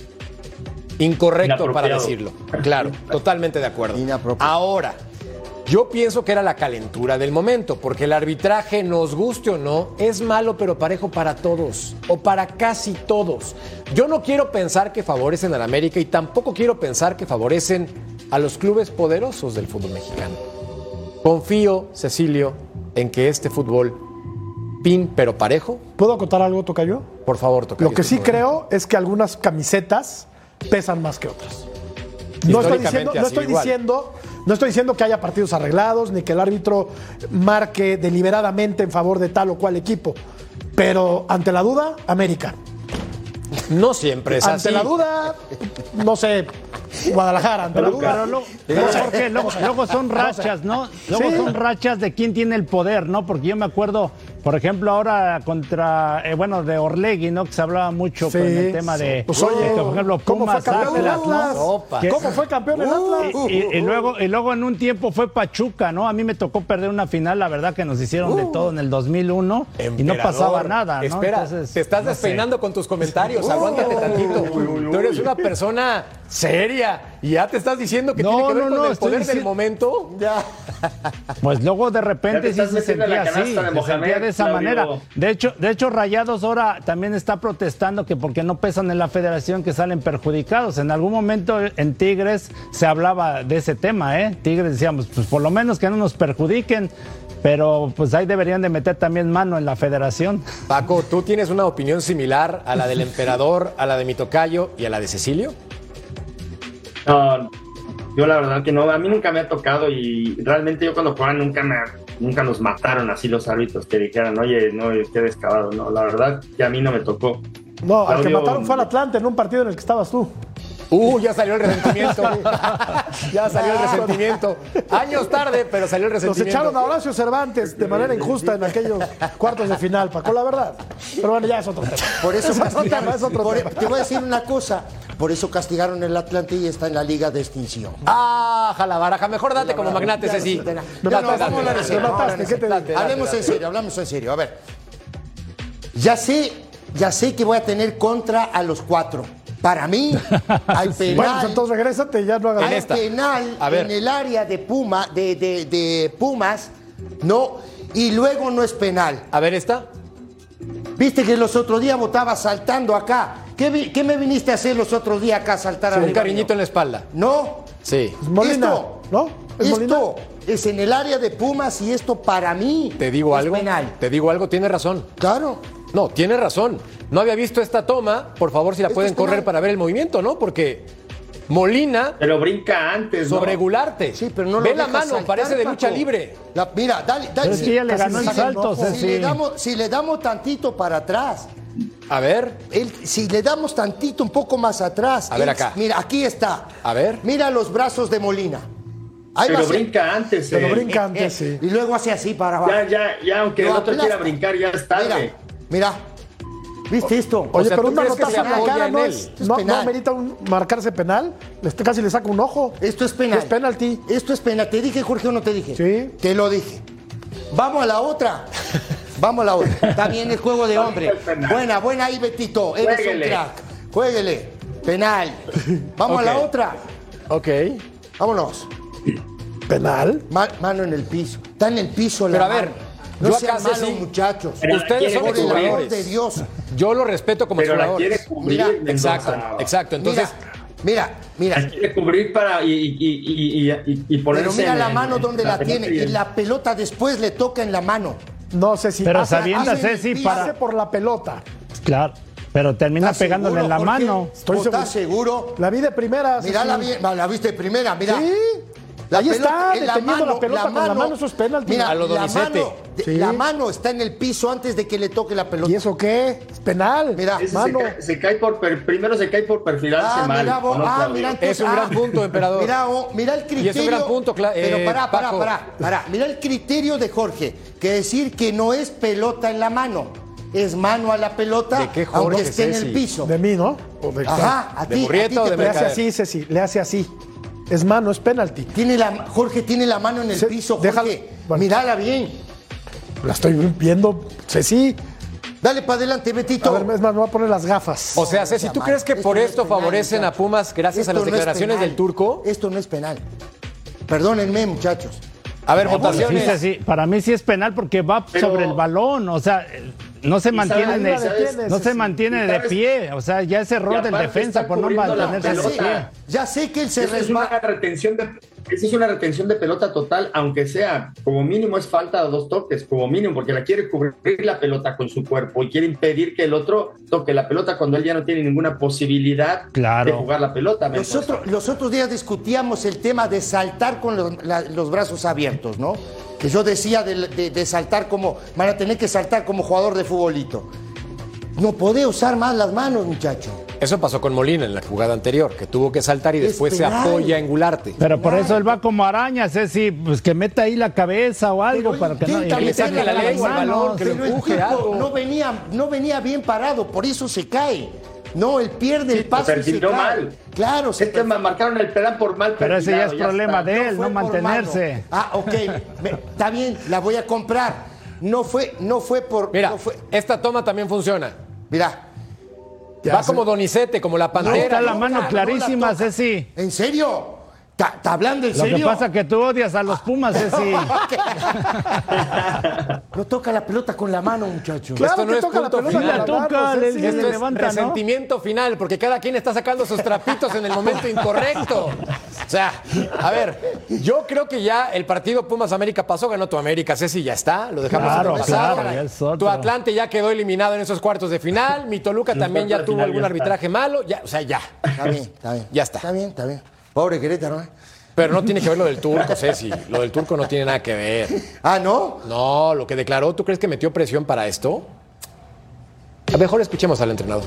incorrecto para Inapropiado. decirlo. Claro, totalmente de acuerdo. Inapropiado. Ahora, yo pienso que era la calentura del momento, porque el arbitraje, nos guste o no, es malo pero parejo para todos, o para casi todos. Yo no quiero pensar que favorecen al América y tampoco quiero pensar que favorecen a los clubes poderosos del fútbol mexicano. Confío, Cecilio, en que este fútbol, pin pero parejo, ¿Puedo acotar algo, Tocayo? por favor, Tocayo. Lo que sí creo es que algunas camisetas pesan más que otras. No estoy Históricamente diciendo, no ha sido estoy igual. diciendo, no estoy diciendo que haya partidos arreglados ni que el árbitro marque deliberadamente en favor de tal o cual equipo. Pero ante la duda, América. No siempre es ante así. la duda, no sé, Guadalajara. Ante la Pero, duda. pero lo- pero Jorge, luego, luego son rachas, ¿no? Luego Sí. son rachas de quién tiene el poder, ¿no? Porque yo me acuerdo, por ejemplo, ahora contra, eh, bueno, de Orlegui, ¿no? Que se hablaba mucho Sí. con el tema de, Pues oye, de que, por ejemplo, ¿cómo fue Pumas, campeón el Atlas, ¿no? Atlas? Opa. Que- ¿Cómo fue campeón el Atlas? Y, y- y luego, y luego en un tiempo fue Pachuca, ¿no? A mí me tocó perder una final, la verdad que nos hicieron de todo en el dos mil uno y no Emperador. pasaba nada, ¿no? Espera, Entonces, te estás no sé. despeinando con tus comentarios. Aguántate tantito. Tú eres una persona seria y ya te estás diciendo que No, tiene que ver no, con no, el estoy poder del diciendo- momento. Ya. Pues luego de Ya te repente sí estás se metiendo en la sentía así, canasta de se Mohamed, sentía de esa Claudio. manera. De hecho, de hecho, Rayados ahora también está protestando que porque no pesan en la federación que salen perjudicados. En algún momento en Tigres se hablaba de ese tema, ¿eh? Tigres decíamos, pues por lo menos que no nos perjudiquen, pero pues ahí deberían de meter también mano en la federación. Paco, ¿tú tienes una opinión similar a la del emperador, a la de mi tocayo y a la de Cecilio? No, yo la verdad que no, a mí nunca me ha tocado y realmente yo cuando jugaban nunca me nunca nos mataron así los árbitros que dijeran, oye, no, qué descabado, no, la verdad que a mí no me tocó. No, al que Claudio- mataron fue al Atlante en un partido en el que estabas tú. Uh, ya salió el resentimiento. Ya salió el resentimiento. Años tarde, pero salió el Los resentimiento. echaron a Horacio Cervantes de manera injusta en aquellos cuartos de final, Paco, la verdad. Pero bueno, ya es otro tema. Por eso Es otro castigaron. tema, es otro por- tema. Te voy a decir una cosa. Por eso castigaron el Atlante y está en la liga de extinción. Ah, jala baraja. Mejor date como magnate, Ceci. Ya, Me ya no, mataste, vamos a hablar en me serio, vamos a hablar mataste, en ¿qué te serio. digo? Hablemos en serio, hablamos en serio. A ver, ya sé, ya sé que voy a tener contra a los cuatro. Para mí, hay Bueno, penal, pues entonces regrésate y ya no hagas En hay esta. penal A ver. en el área de Puma, de, de, de Pumas, no, y luego no es penal. A ver, esta. Viste que los otros días votaba saltando acá. ¿Qué, vi- qué me viniste a hacer los otros días acá, saltar Un arriba cariñito mío? en la espalda. No. Sí. Molina, esto, ¿no? ¿Es Molina? esto es en el área de Pumas y esto para mí Te digo es algo. penal. Te digo algo, tiene razón. Claro. No, tiene razón. No había visto esta toma. Por favor, si la Esto pueden es penal. correr para ver el movimiento, ¿no? Porque Molina Pero brinca antes, ¿no? sobre Gularte. Sí, pero no lo Ve la deja mano, saltar, parece de lucha Paco. libre. La- mira, dale, dale. Pero es que ya le casi ganó el saca el salto, ojo. si, Ceci. le damos, si le damos tantito para atrás, A ver, él- si le damos tantito un poco más atrás. A ver él- acá. Mira, aquí está. A ver. Mira los brazos de Molina. Ahí pero va a ser. brinca antes. Pero eh. brinca antes, sí. Y luego hace así para abajo. Ya, ya, ya, aunque Lo el otro aplasta. quiera brincar, ya es tarde. Mira, mira. ¿Viste esto? Oye, sea, pero ¿tú un crees que manotazo se en la apoya cara en no, él? es, Esto es no, penal. no amerita un, marcarse penal. Este casi le saca un ojo. Esto es penal. Es penalti. Esto es penal. ¿Te dije, Jorge, o no te dije? Sí. Te lo dije. Vamos a la otra. Vamos a la otra. Está bien el juego de hombre. Buena, buena ahí, Betito. Eres Juéguele. un crack. Juéguele. Penal. Vamos Ok. a la otra. Ok. Vámonos. Penal. Ma- mano en el piso. Está en el piso la Pero a ver, mano. No yo sean acá, malos, Ceci, muchachos. Pero la Ustedes quiere son Por el cubrir. amor de Dios. Yo lo respeto como Pero la jugadores. quiere cubrir. Mira, Mendoza. Exacto, exacto. Entonces, Mira, mira, La mira. quiere cubrir para y, y, y, y, y, y ponerse Pero mira en- la mano en- donde en la pelota tiene. y Y el- la pelota después le toca en la mano. No sé si Pero hace, se avienta hace- Ceci hace para- por la pelota. Claro, pero termina ¿Estás pegándole seguro, en la Jorge? mano. Estoy ¿Estás seguro. seguro? La vi de primera. Mira Ceci. la, bien, la viste primera, mira. Sí. La Ahí está, en deteniendo la pelota con la mano, eso es penalti. Mira, A lo la Donizete. mano, de- Sí. la mano está en el piso antes de que le toque la pelota. ¿Y eso qué? Es penal. Mira, Ese mano. Se, cae, se cae por per- primero se cae por perfilarse Ah, mal. mira, vos- ¿o no, ah, Claudio? mira, entonces, Es un gran ah, punto, emperador. Mira, oh, mira el criterio. Y es un gran punto, Cla- Pero eh, pará, pará, Paco. pará, pará. Mira el criterio de Jorge, que decir que no es pelota en la mano, es mano a la pelota, ¿De qué Jorge, aunque esté en Ceci? el piso. De mí, ¿no? O de- Ajá, a ¿De ti, Murrieta a ti o te de Le hace Mercader? así, Ceci. Le hace así. Es mano, es penalti. Tiene la, Jorge tiene la mano en el Se- piso, Jorge. déjalo- bueno. Mírala bien. La estoy viendo. Ceci. Dale para adelante, Betito. A ver, es más, me voy a poner las gafas. o sea, Ceci, ¿tú crees que Esto por no es esto penal, favorecen a muchacho. Pumas gracias a Esto las no es declaraciones penal. del turco? Esto no es penal. Perdónenme, muchachos. A ver, Sí, votaciones. sí, sí. Para mí sí es penal porque va Pero- sobre el balón, o sea, no se mantiene, sabes- de, sabes- no se mantiene de sabes- pie, o sea, ya es y error del aparte defensa está por no cubriendo la mantenerse de pelota. pie. Ya sé que él se Esa es una resbala. retención de esa es una retención de pelota total, aunque sea como mínimo es falta de dos toques, como mínimo, porque la quiere cubrir la pelota con su cuerpo y quiere impedir que el otro toque la pelota cuando él ya no tiene ninguna posibilidad Claro. de jugar la pelota. Mendoza. Nosotros, los otros días discutíamos el tema de saltar con los, la- los brazos abiertos, ¿no? Que yo decía de, de- de saltar como, van a tener que saltar como jugador de futbolito. No podés usar más las manos, muchacho. Eso pasó con Molina en la jugada anterior, que tuvo que saltar y Es después se penal. apoya en Gularte. Pero por eso él va como araña, Ceci, pues que meta ahí la cabeza o algo Pero para que no, intenta y le meterle saque la las lengua al manos. balón, que lo Pero el empuje, tipo algo. no venía, no venía bien parado, por eso se cae. No, él pierde el Sí, paso se y se perfiló cae. mal. Claro, se Es que ma- marcaron el penal por mal Pero ese ya es perfilado, problema está. de él, fue no por mantenerse. mano. Ah, ok, me- está bien, la voy a comprar. No fue, no fue por. Mira, no fue- esta toma también funciona. Mira. Va como Donizete, como la Ahí pantera. está la toca, mano no la clarísima, toca. Ceci. ¿En serio? ¿Está está hablando en Lo serio? que pasa es que tú odias a los Pumas, Ceci. No toca la pelota con la mano, muchacho. Claro Esto no que es toca la punto pelota final. con la Toca, mano, le- Ceci. le Esto es levanta, ¿no? resentimiento final, porque cada quien está sacando sus trapitos en el momento incorrecto. O sea, a ver, yo creo que ya el partido Pumas América pasó, ganó tu América, Ceci, ya está, lo dejamos Claro, en el pasado. claro, ya es otro. Tu Atlante ya quedó eliminado en esos cuartos de final, mi Toluca Los también ya cuartos de tuvo final algún ya arbitraje malo, ya, o sea, ya. Está bien, está bien. Ya está. Está bien, está bien. Pobre Querétaro, ¿eh? Pero no tiene que ver lo del turco, Ceci. Lo del turco no tiene nada que ver. Ah, ¿no? No, lo que declaró, ¿tú crees que metió presión para esto? A lo mejor escuchemos al entrenador.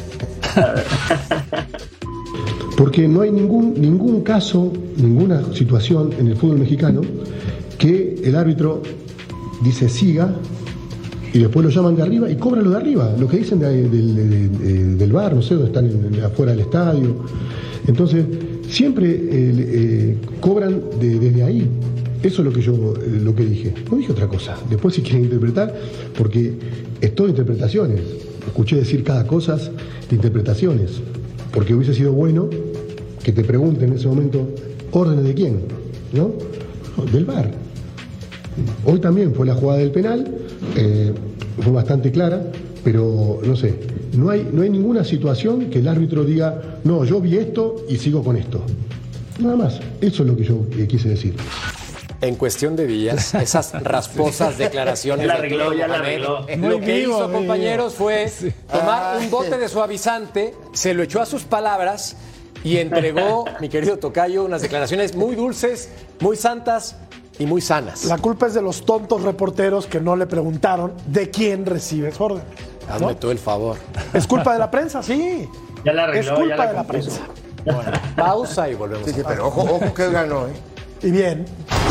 Porque no hay ningún, ningún caso, ninguna situación en el fútbol mexicano que el árbitro dice siga y después lo llaman de arriba y cobran lo de arriba, lo que dicen de- del- de- de- del bar, no sé, donde están en- en- afuera del estadio. Entonces, siempre eh, eh, cobran de- desde ahí. Eso es lo que yo eh, lo que dije. No dije otra cosa. Después si quieren interpretar, porque es todo interpretaciones. Escuché decir cada cosa de interpretaciones. Porque hubiese sido bueno que te pregunten en ese momento, ¿órdenes de quién? ¿No? No, del V A R. Hoy también fue la jugada del penal, eh, fue bastante clara, pero no sé, no hay, no hay ninguna situación que el árbitro diga, no, yo vi esto y sigo con esto. Nada más, eso es lo que yo eh, quise decir. En cuestión de días, esas rasposas declaraciones Ya la de arregló, Arturo ya la Mohamed, arregló. lo Muy que vivo, hizo, muy compañeros, fue tomar un bote de suavizante, se lo echó a sus palabras y entregó, mi querido tocayo, unas declaraciones muy dulces, muy santas y muy sanas. La culpa es de los tontos reporteros que no le preguntaron de quién recibes orden. Hazme ¿no? tú el favor. Es culpa de la prensa, sí. Ya la Es arregló, culpa ya la de la compuso. prensa. Pausa y volvemos. Sí, sí, a pero ojo, ojo que él ganó, ¿eh? Y bien.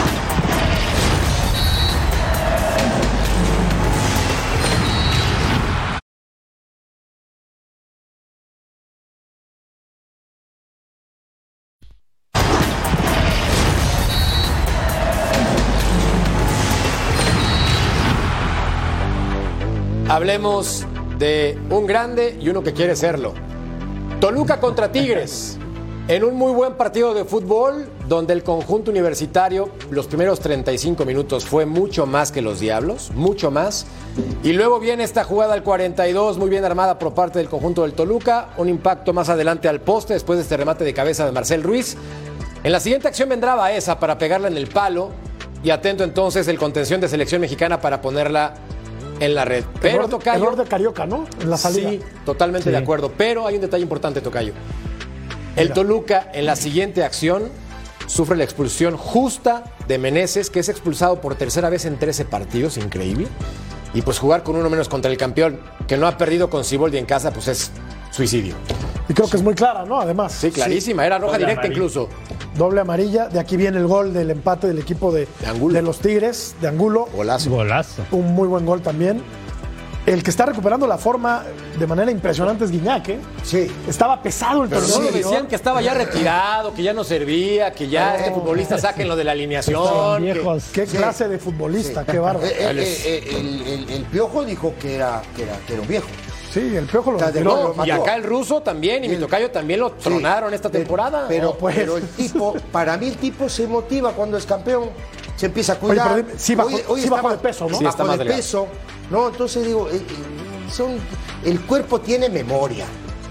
Hablemos de un grande y uno que quiere serlo. Toluca contra Tigres. En un muy buen partido de fútbol, donde el conjunto universitario, los primeros treinta y cinco minutos, fue mucho más que los Diablos, mucho más. Y luego viene esta jugada al cuarenta y dos, muy bien armada por parte del conjunto del Toluca. Un impacto más adelante al poste, después de este remate de cabeza de Marcel Ruiz. En la siguiente acción vendrá Baeza para pegarla en el palo. Y atento entonces el contención de selección mexicana para ponerla en la red. Pero, error, Tocayo... Error de Carioca, ¿no? En la salida. Sí, totalmente sí. de acuerdo. Pero hay un detalle importante, Tocayo. El Mira. Toluca, en la siguiente acción, sufre la expulsión justa de Meneses, que es expulsado por tercera vez en trece partidos, increíble. Y pues jugar con uno menos contra el campeón, que no ha perdido con Siboldi en casa, pues es suicidio. Y creo que es muy clara, ¿no? Además. Sí, clarísima. Era roja Doble directa amarilla. incluso. Doble amarilla. De aquí viene el gol del empate del equipo de, De Angulo. de los Tigres, de Angulo. Golazo. Golazo. Un muy buen gol también. El que está recuperando la forma de manera impresionante es Guiñac, ¿eh? Sí. Estaba pesado el Pero torneo no lo anterior. decían que estaba ya retirado, que ya no servía, que ya este futbolista sáquenlo de la alineación. que- Viejos. Qué Sí. clase de futbolista, qué bárbaro. Eh, eh, eh, eh, el, el- el Piojo dijo que era, que era, que era un viejo. Sí, el Piojo lo Está de retiró. nuevo. Y mató. acá el ruso también, y mi tocayo también lo tronaron esta Pero- temporada. Pero, Oh, pues. pero el tipo, para mí el tipo se motiva cuando es campeón, se empieza a Oye, cuidar. pero dime, sí bajó- sí está bajó de más- peso, ¿no? Sí, está bajó más de delgado. peso, ¿no? Entonces digo, eh, eh, son, el cuerpo tiene memoria.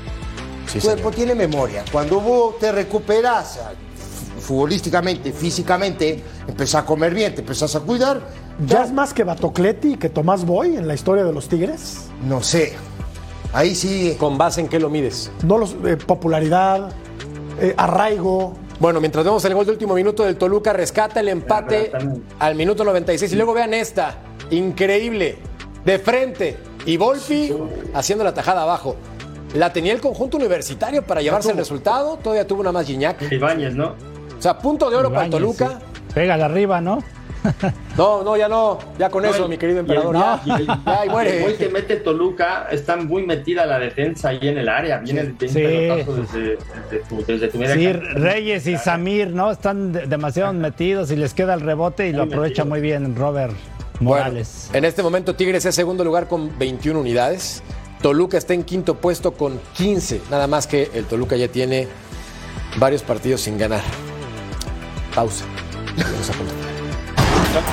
sí, El cuerpo señor. tiene memoria. Cuando vos te recuperas futbolísticamente, físicamente, empezás a comer bien, te empezás a cuidar. ¿Ya es más que Batocletti y que Tomás Boy en la historia de los Tigres? No sé. Ahí sí. ¿Con base en qué lo mides? No los eh, popularidad, eh, arraigo. Bueno, mientras vemos el gol de último minuto del Toluca, rescata el empate al minuto noventa y seis. Y luego vean esta, increíble, de frente. Y Volpi haciendo la tajada abajo. La tenía el conjunto universitario para llevarse el resultado. Todavía tuvo una más Gignac. Ibáñez, ¿no? O sea, punto de oro para el Ibáñez, Toluca. sí. Pégale arriba, ¿no? No, no, ya no. Ya con eso, No, mi querido y el- emperador. no, ya, y el- ya, y El muere. gol que mete Toluca está muy metida la defensa ahí en el área. Viene de un Sí. pelotazo desde, desde tu, desde tu media Sí, cancha. Reyes y Samir, ¿no? Están de- demasiado metidos y les queda el rebote y lo Muy aprovecha metidos. muy bien Robert Bueno, Morales. en este momento Tigres es segundo lugar con veintiuna unidades. Toluca está en quinto puesto con quince. Nada más que el Toluca ya tiene varios partidos sin ganar. Pausa. Vamos a continuar.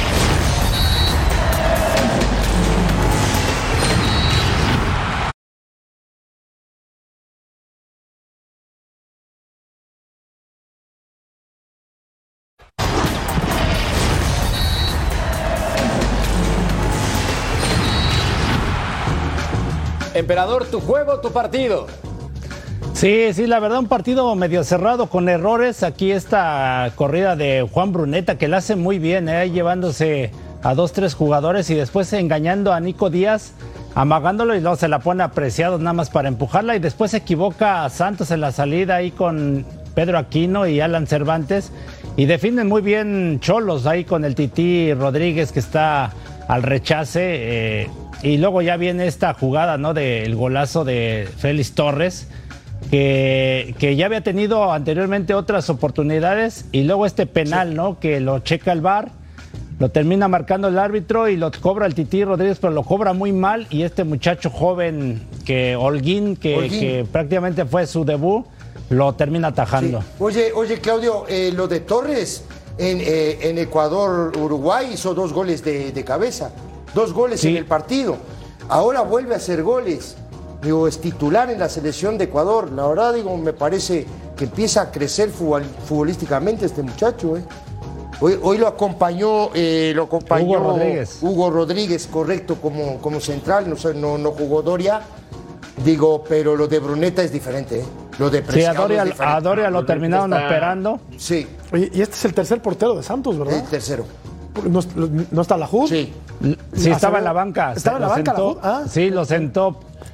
Emperador, tu juego, tu partido. Sí, sí, la verdad un partido medio cerrado con errores. Aquí esta corrida de Juan Bruneta que la hace muy bien, ¿eh? Llevándose a dos, tres jugadores y después engañando a Nico Díaz, amagándolo y luego se la pone apreciado nada más para empujarla y después se equivoca a Santos en la salida ahí con Pedro Aquino y Alan Cervantes y definen muy bien Cholos ahí con el Tití Rodríguez que está al rechace eh, y luego ya viene esta jugada, ¿no? Del golazo de Félix Torres. Que, que ya había tenido anteriormente otras oportunidades y luego este penal, ¿no? Que lo checa el V A R, lo termina marcando el árbitro y lo cobra el Tití Rodríguez, pero lo cobra muy mal y este muchacho joven, que Holguín, que, Holguín. que prácticamente fue su debut, lo termina atajando. Sí. Oye, oye, Claudio, eh, lo de Torres en, eh, en Ecuador, Uruguay hizo dos goles de, de cabeza, dos goles Sí. en el partido. Ahora vuelve a hacer goles. Digo, es titular en la selección de Ecuador. La verdad, digo, me parece que empieza a crecer futbol- futbolísticamente este muchacho. ¿eh? Hoy, hoy lo acompañó, eh, lo acompañó Hugo Rodríguez. Hugo Rodríguez, correcto, como, como central. No, sé, no, no jugó Doria. Digo, pero lo de Bruneta es diferente. ¿eh? Lo de Sí, a Preciado Doria, es diferente. a Doria lo Rodríguez terminaron está- operando. Sí, Oye, y este es el tercer portero de Santos, ¿verdad? el tercero. Porque No, no está la J U D. Sí. Sí, Ah, estaba ¿se en la ve? banca. ¿Estaba en la Lo banca la sentó. J U D? Ah. Sí, lo sentó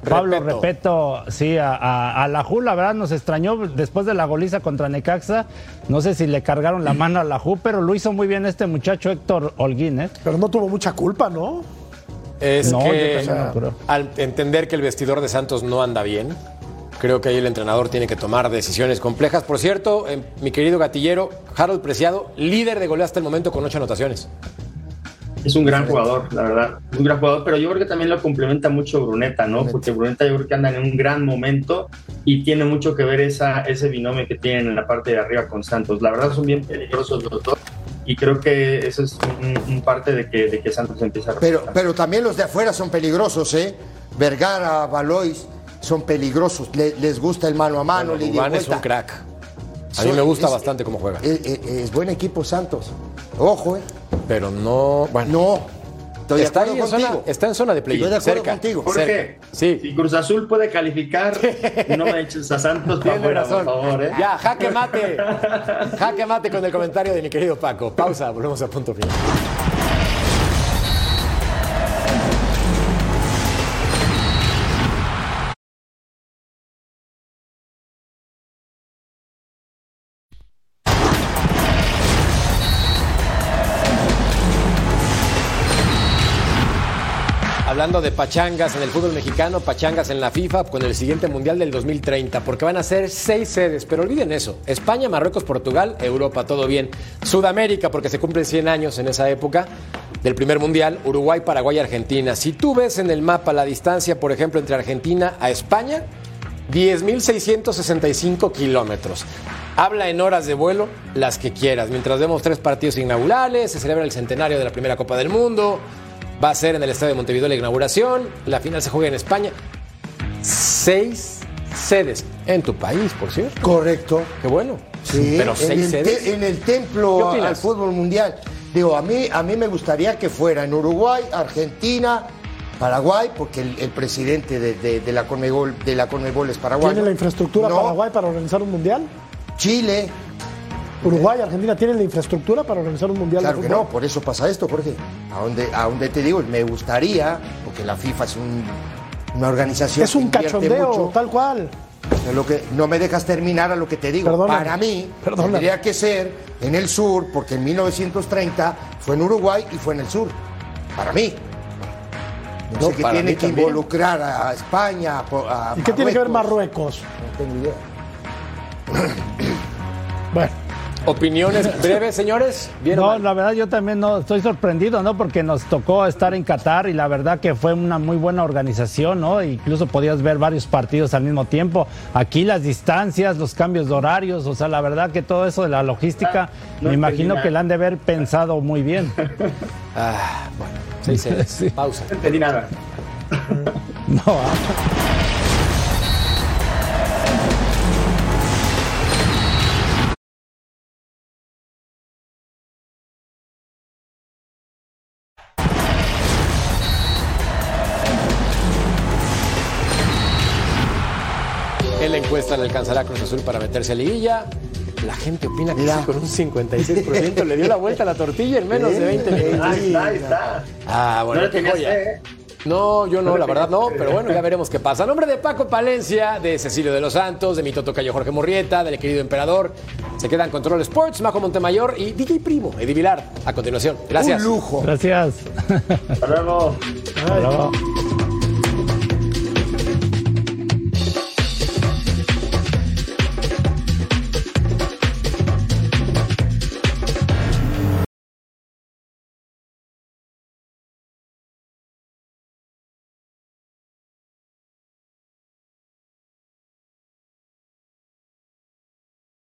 Pablo Repeto. Repeto, sí, a, a, a Lajú, la verdad nos extrañó después de la goliza contra Necaxa. No sé si le cargaron la mano a Lajú, pero lo hizo muy bien este muchacho Héctor Holguín, ¿eh? Pero no tuvo mucha culpa, ¿no? Es No, yo que también no creo. al entender que el vestidor de Santos no anda bien, creo que ahí el entrenador tiene que tomar decisiones complejas. Por cierto, eh, mi querido gatillero, Harold Preciado, líder de goleo hasta el momento con ocho anotaciones. Es un gran jugador, la verdad, un gran jugador, pero yo creo que también lo complementa mucho Bruneta, ¿no? Porque Bruneta yo creo que anda en un gran momento y tiene mucho que ver esa, ese binomio que tienen en la parte de arriba con Santos. La verdad son bien peligrosos los dos y creo que eso es un, un parte de que, de que Santos empieza a Pero, resultar. pero también los de afuera son peligrosos, ¿eh? Vergara, Valois son peligrosos. Le- les gusta el mano a mano. Bueno, le Dubán dio es un vuelta. crack. A mí Son- me gusta es- bastante cómo juega. Es, es- es buen equipo Santos. Ojo, ¿eh? Pero no, bueno. No. Estoy de está, acuerdo ahí en contigo. zona, está en zona de play. Estoy de acuerdo cerca, contigo. Jorge, cerca. Sí, si Cruz Azul puede calificar, no me eches a Santos para tiene afuera, por razón. favor, ¿eh? Ya, jaque mate. Jaque mate con el comentario de mi querido Paco. Pausa, volvemos a punto final. Hablando de pachangas en el fútbol mexicano, pachangas en la FIFA con el siguiente Mundial del dos mil treinta, porque van a ser seis sedes, pero olviden eso. España, Marruecos, Portugal, Europa, todo bien. Sudamérica, porque se cumplen cien años en esa época del primer Mundial, Uruguay, Paraguay, Argentina. Si tú ves en el mapa la distancia, por ejemplo, entre Argentina a España, diez mil seiscientos sesenta y cinco kilómetros. Habla en horas de vuelo las que quieras. Mientras vemos tres partidos inaugurales, se celebra el centenario de la primera Copa del Mundo. Va a ser en el Estadio de Montevideo la inauguración. La final se juega en España. Seis sedes en tu país, por cierto. Correcto. Qué bueno. Sí, Pero en seis el sedes. te- en el ¿Qué templo opinas? al fútbol mundial. Digo, a mí, a mí me gustaría que fuera en Uruguay, Argentina, Paraguay, porque el, el presidente de, de- de la Conmebol, de la Conmebol es paraguayo. ¿Tiene la infraestructura No, Paraguay para organizar un mundial? Chile. Uruguay, Argentina, ¿tienen la infraestructura para organizar un mundial Claro de que fútbol? no, por eso pasa esto, Jorge. A donde, a donde te digo, me gustaría, porque la FIFA es un- una organización Es un que invierte cachondeo, mucho. tal cual. Es lo que, no me dejas terminar a lo que te digo. Perdóname, Para mí, perdóname. tendría que ser en el sur, porque en mil novecientos treinta fue en Uruguay y fue en el sur. Para mí. No, No, sé qué para tiene mí que también. involucrar a España, a, a ¿Y qué tiene que ver Marruecos. Marruecos? No tengo idea. Bueno, Opiniones breves, señores. ¿Bien o No, mal? la verdad yo también no estoy sorprendido, ¿no? Porque nos tocó estar en Qatar y la verdad que fue una muy buena organización, ¿no? Incluso podías ver varios partidos al mismo tiempo. Aquí las distancias, los cambios de horarios, o sea, la verdad que todo eso de la logística, Ah, no me imagino entendí que nada. la han de haber pensado muy bien. Ah, bueno, seis sedes. Sí. Pausa. No entendí nada. No, ah. En la encuesta le alcanzará a Cruz Azul para meterse a liguilla. La gente opina que Mira. sí, con un cincuenta y seis por ciento le dio la vuelta a la tortilla en menos de veinte minutos. Ahí está, ahí está. Ah, bueno, no le qué tenías joya. fe, ¿eh? No, yo no, No le la verdad no, tenías fe. pero bueno, ya veremos qué pasa. A nombre de Paco Palencia, de Cecilio de los Santos, de mi tocayo Jorge Murrieta, del querido Emperador, se quedan Control Sports, Majo Montemayor y D J Primo, Eddie Vilar. A continuación, gracias. Un lujo. Gracias. Hasta luego. Hasta luego.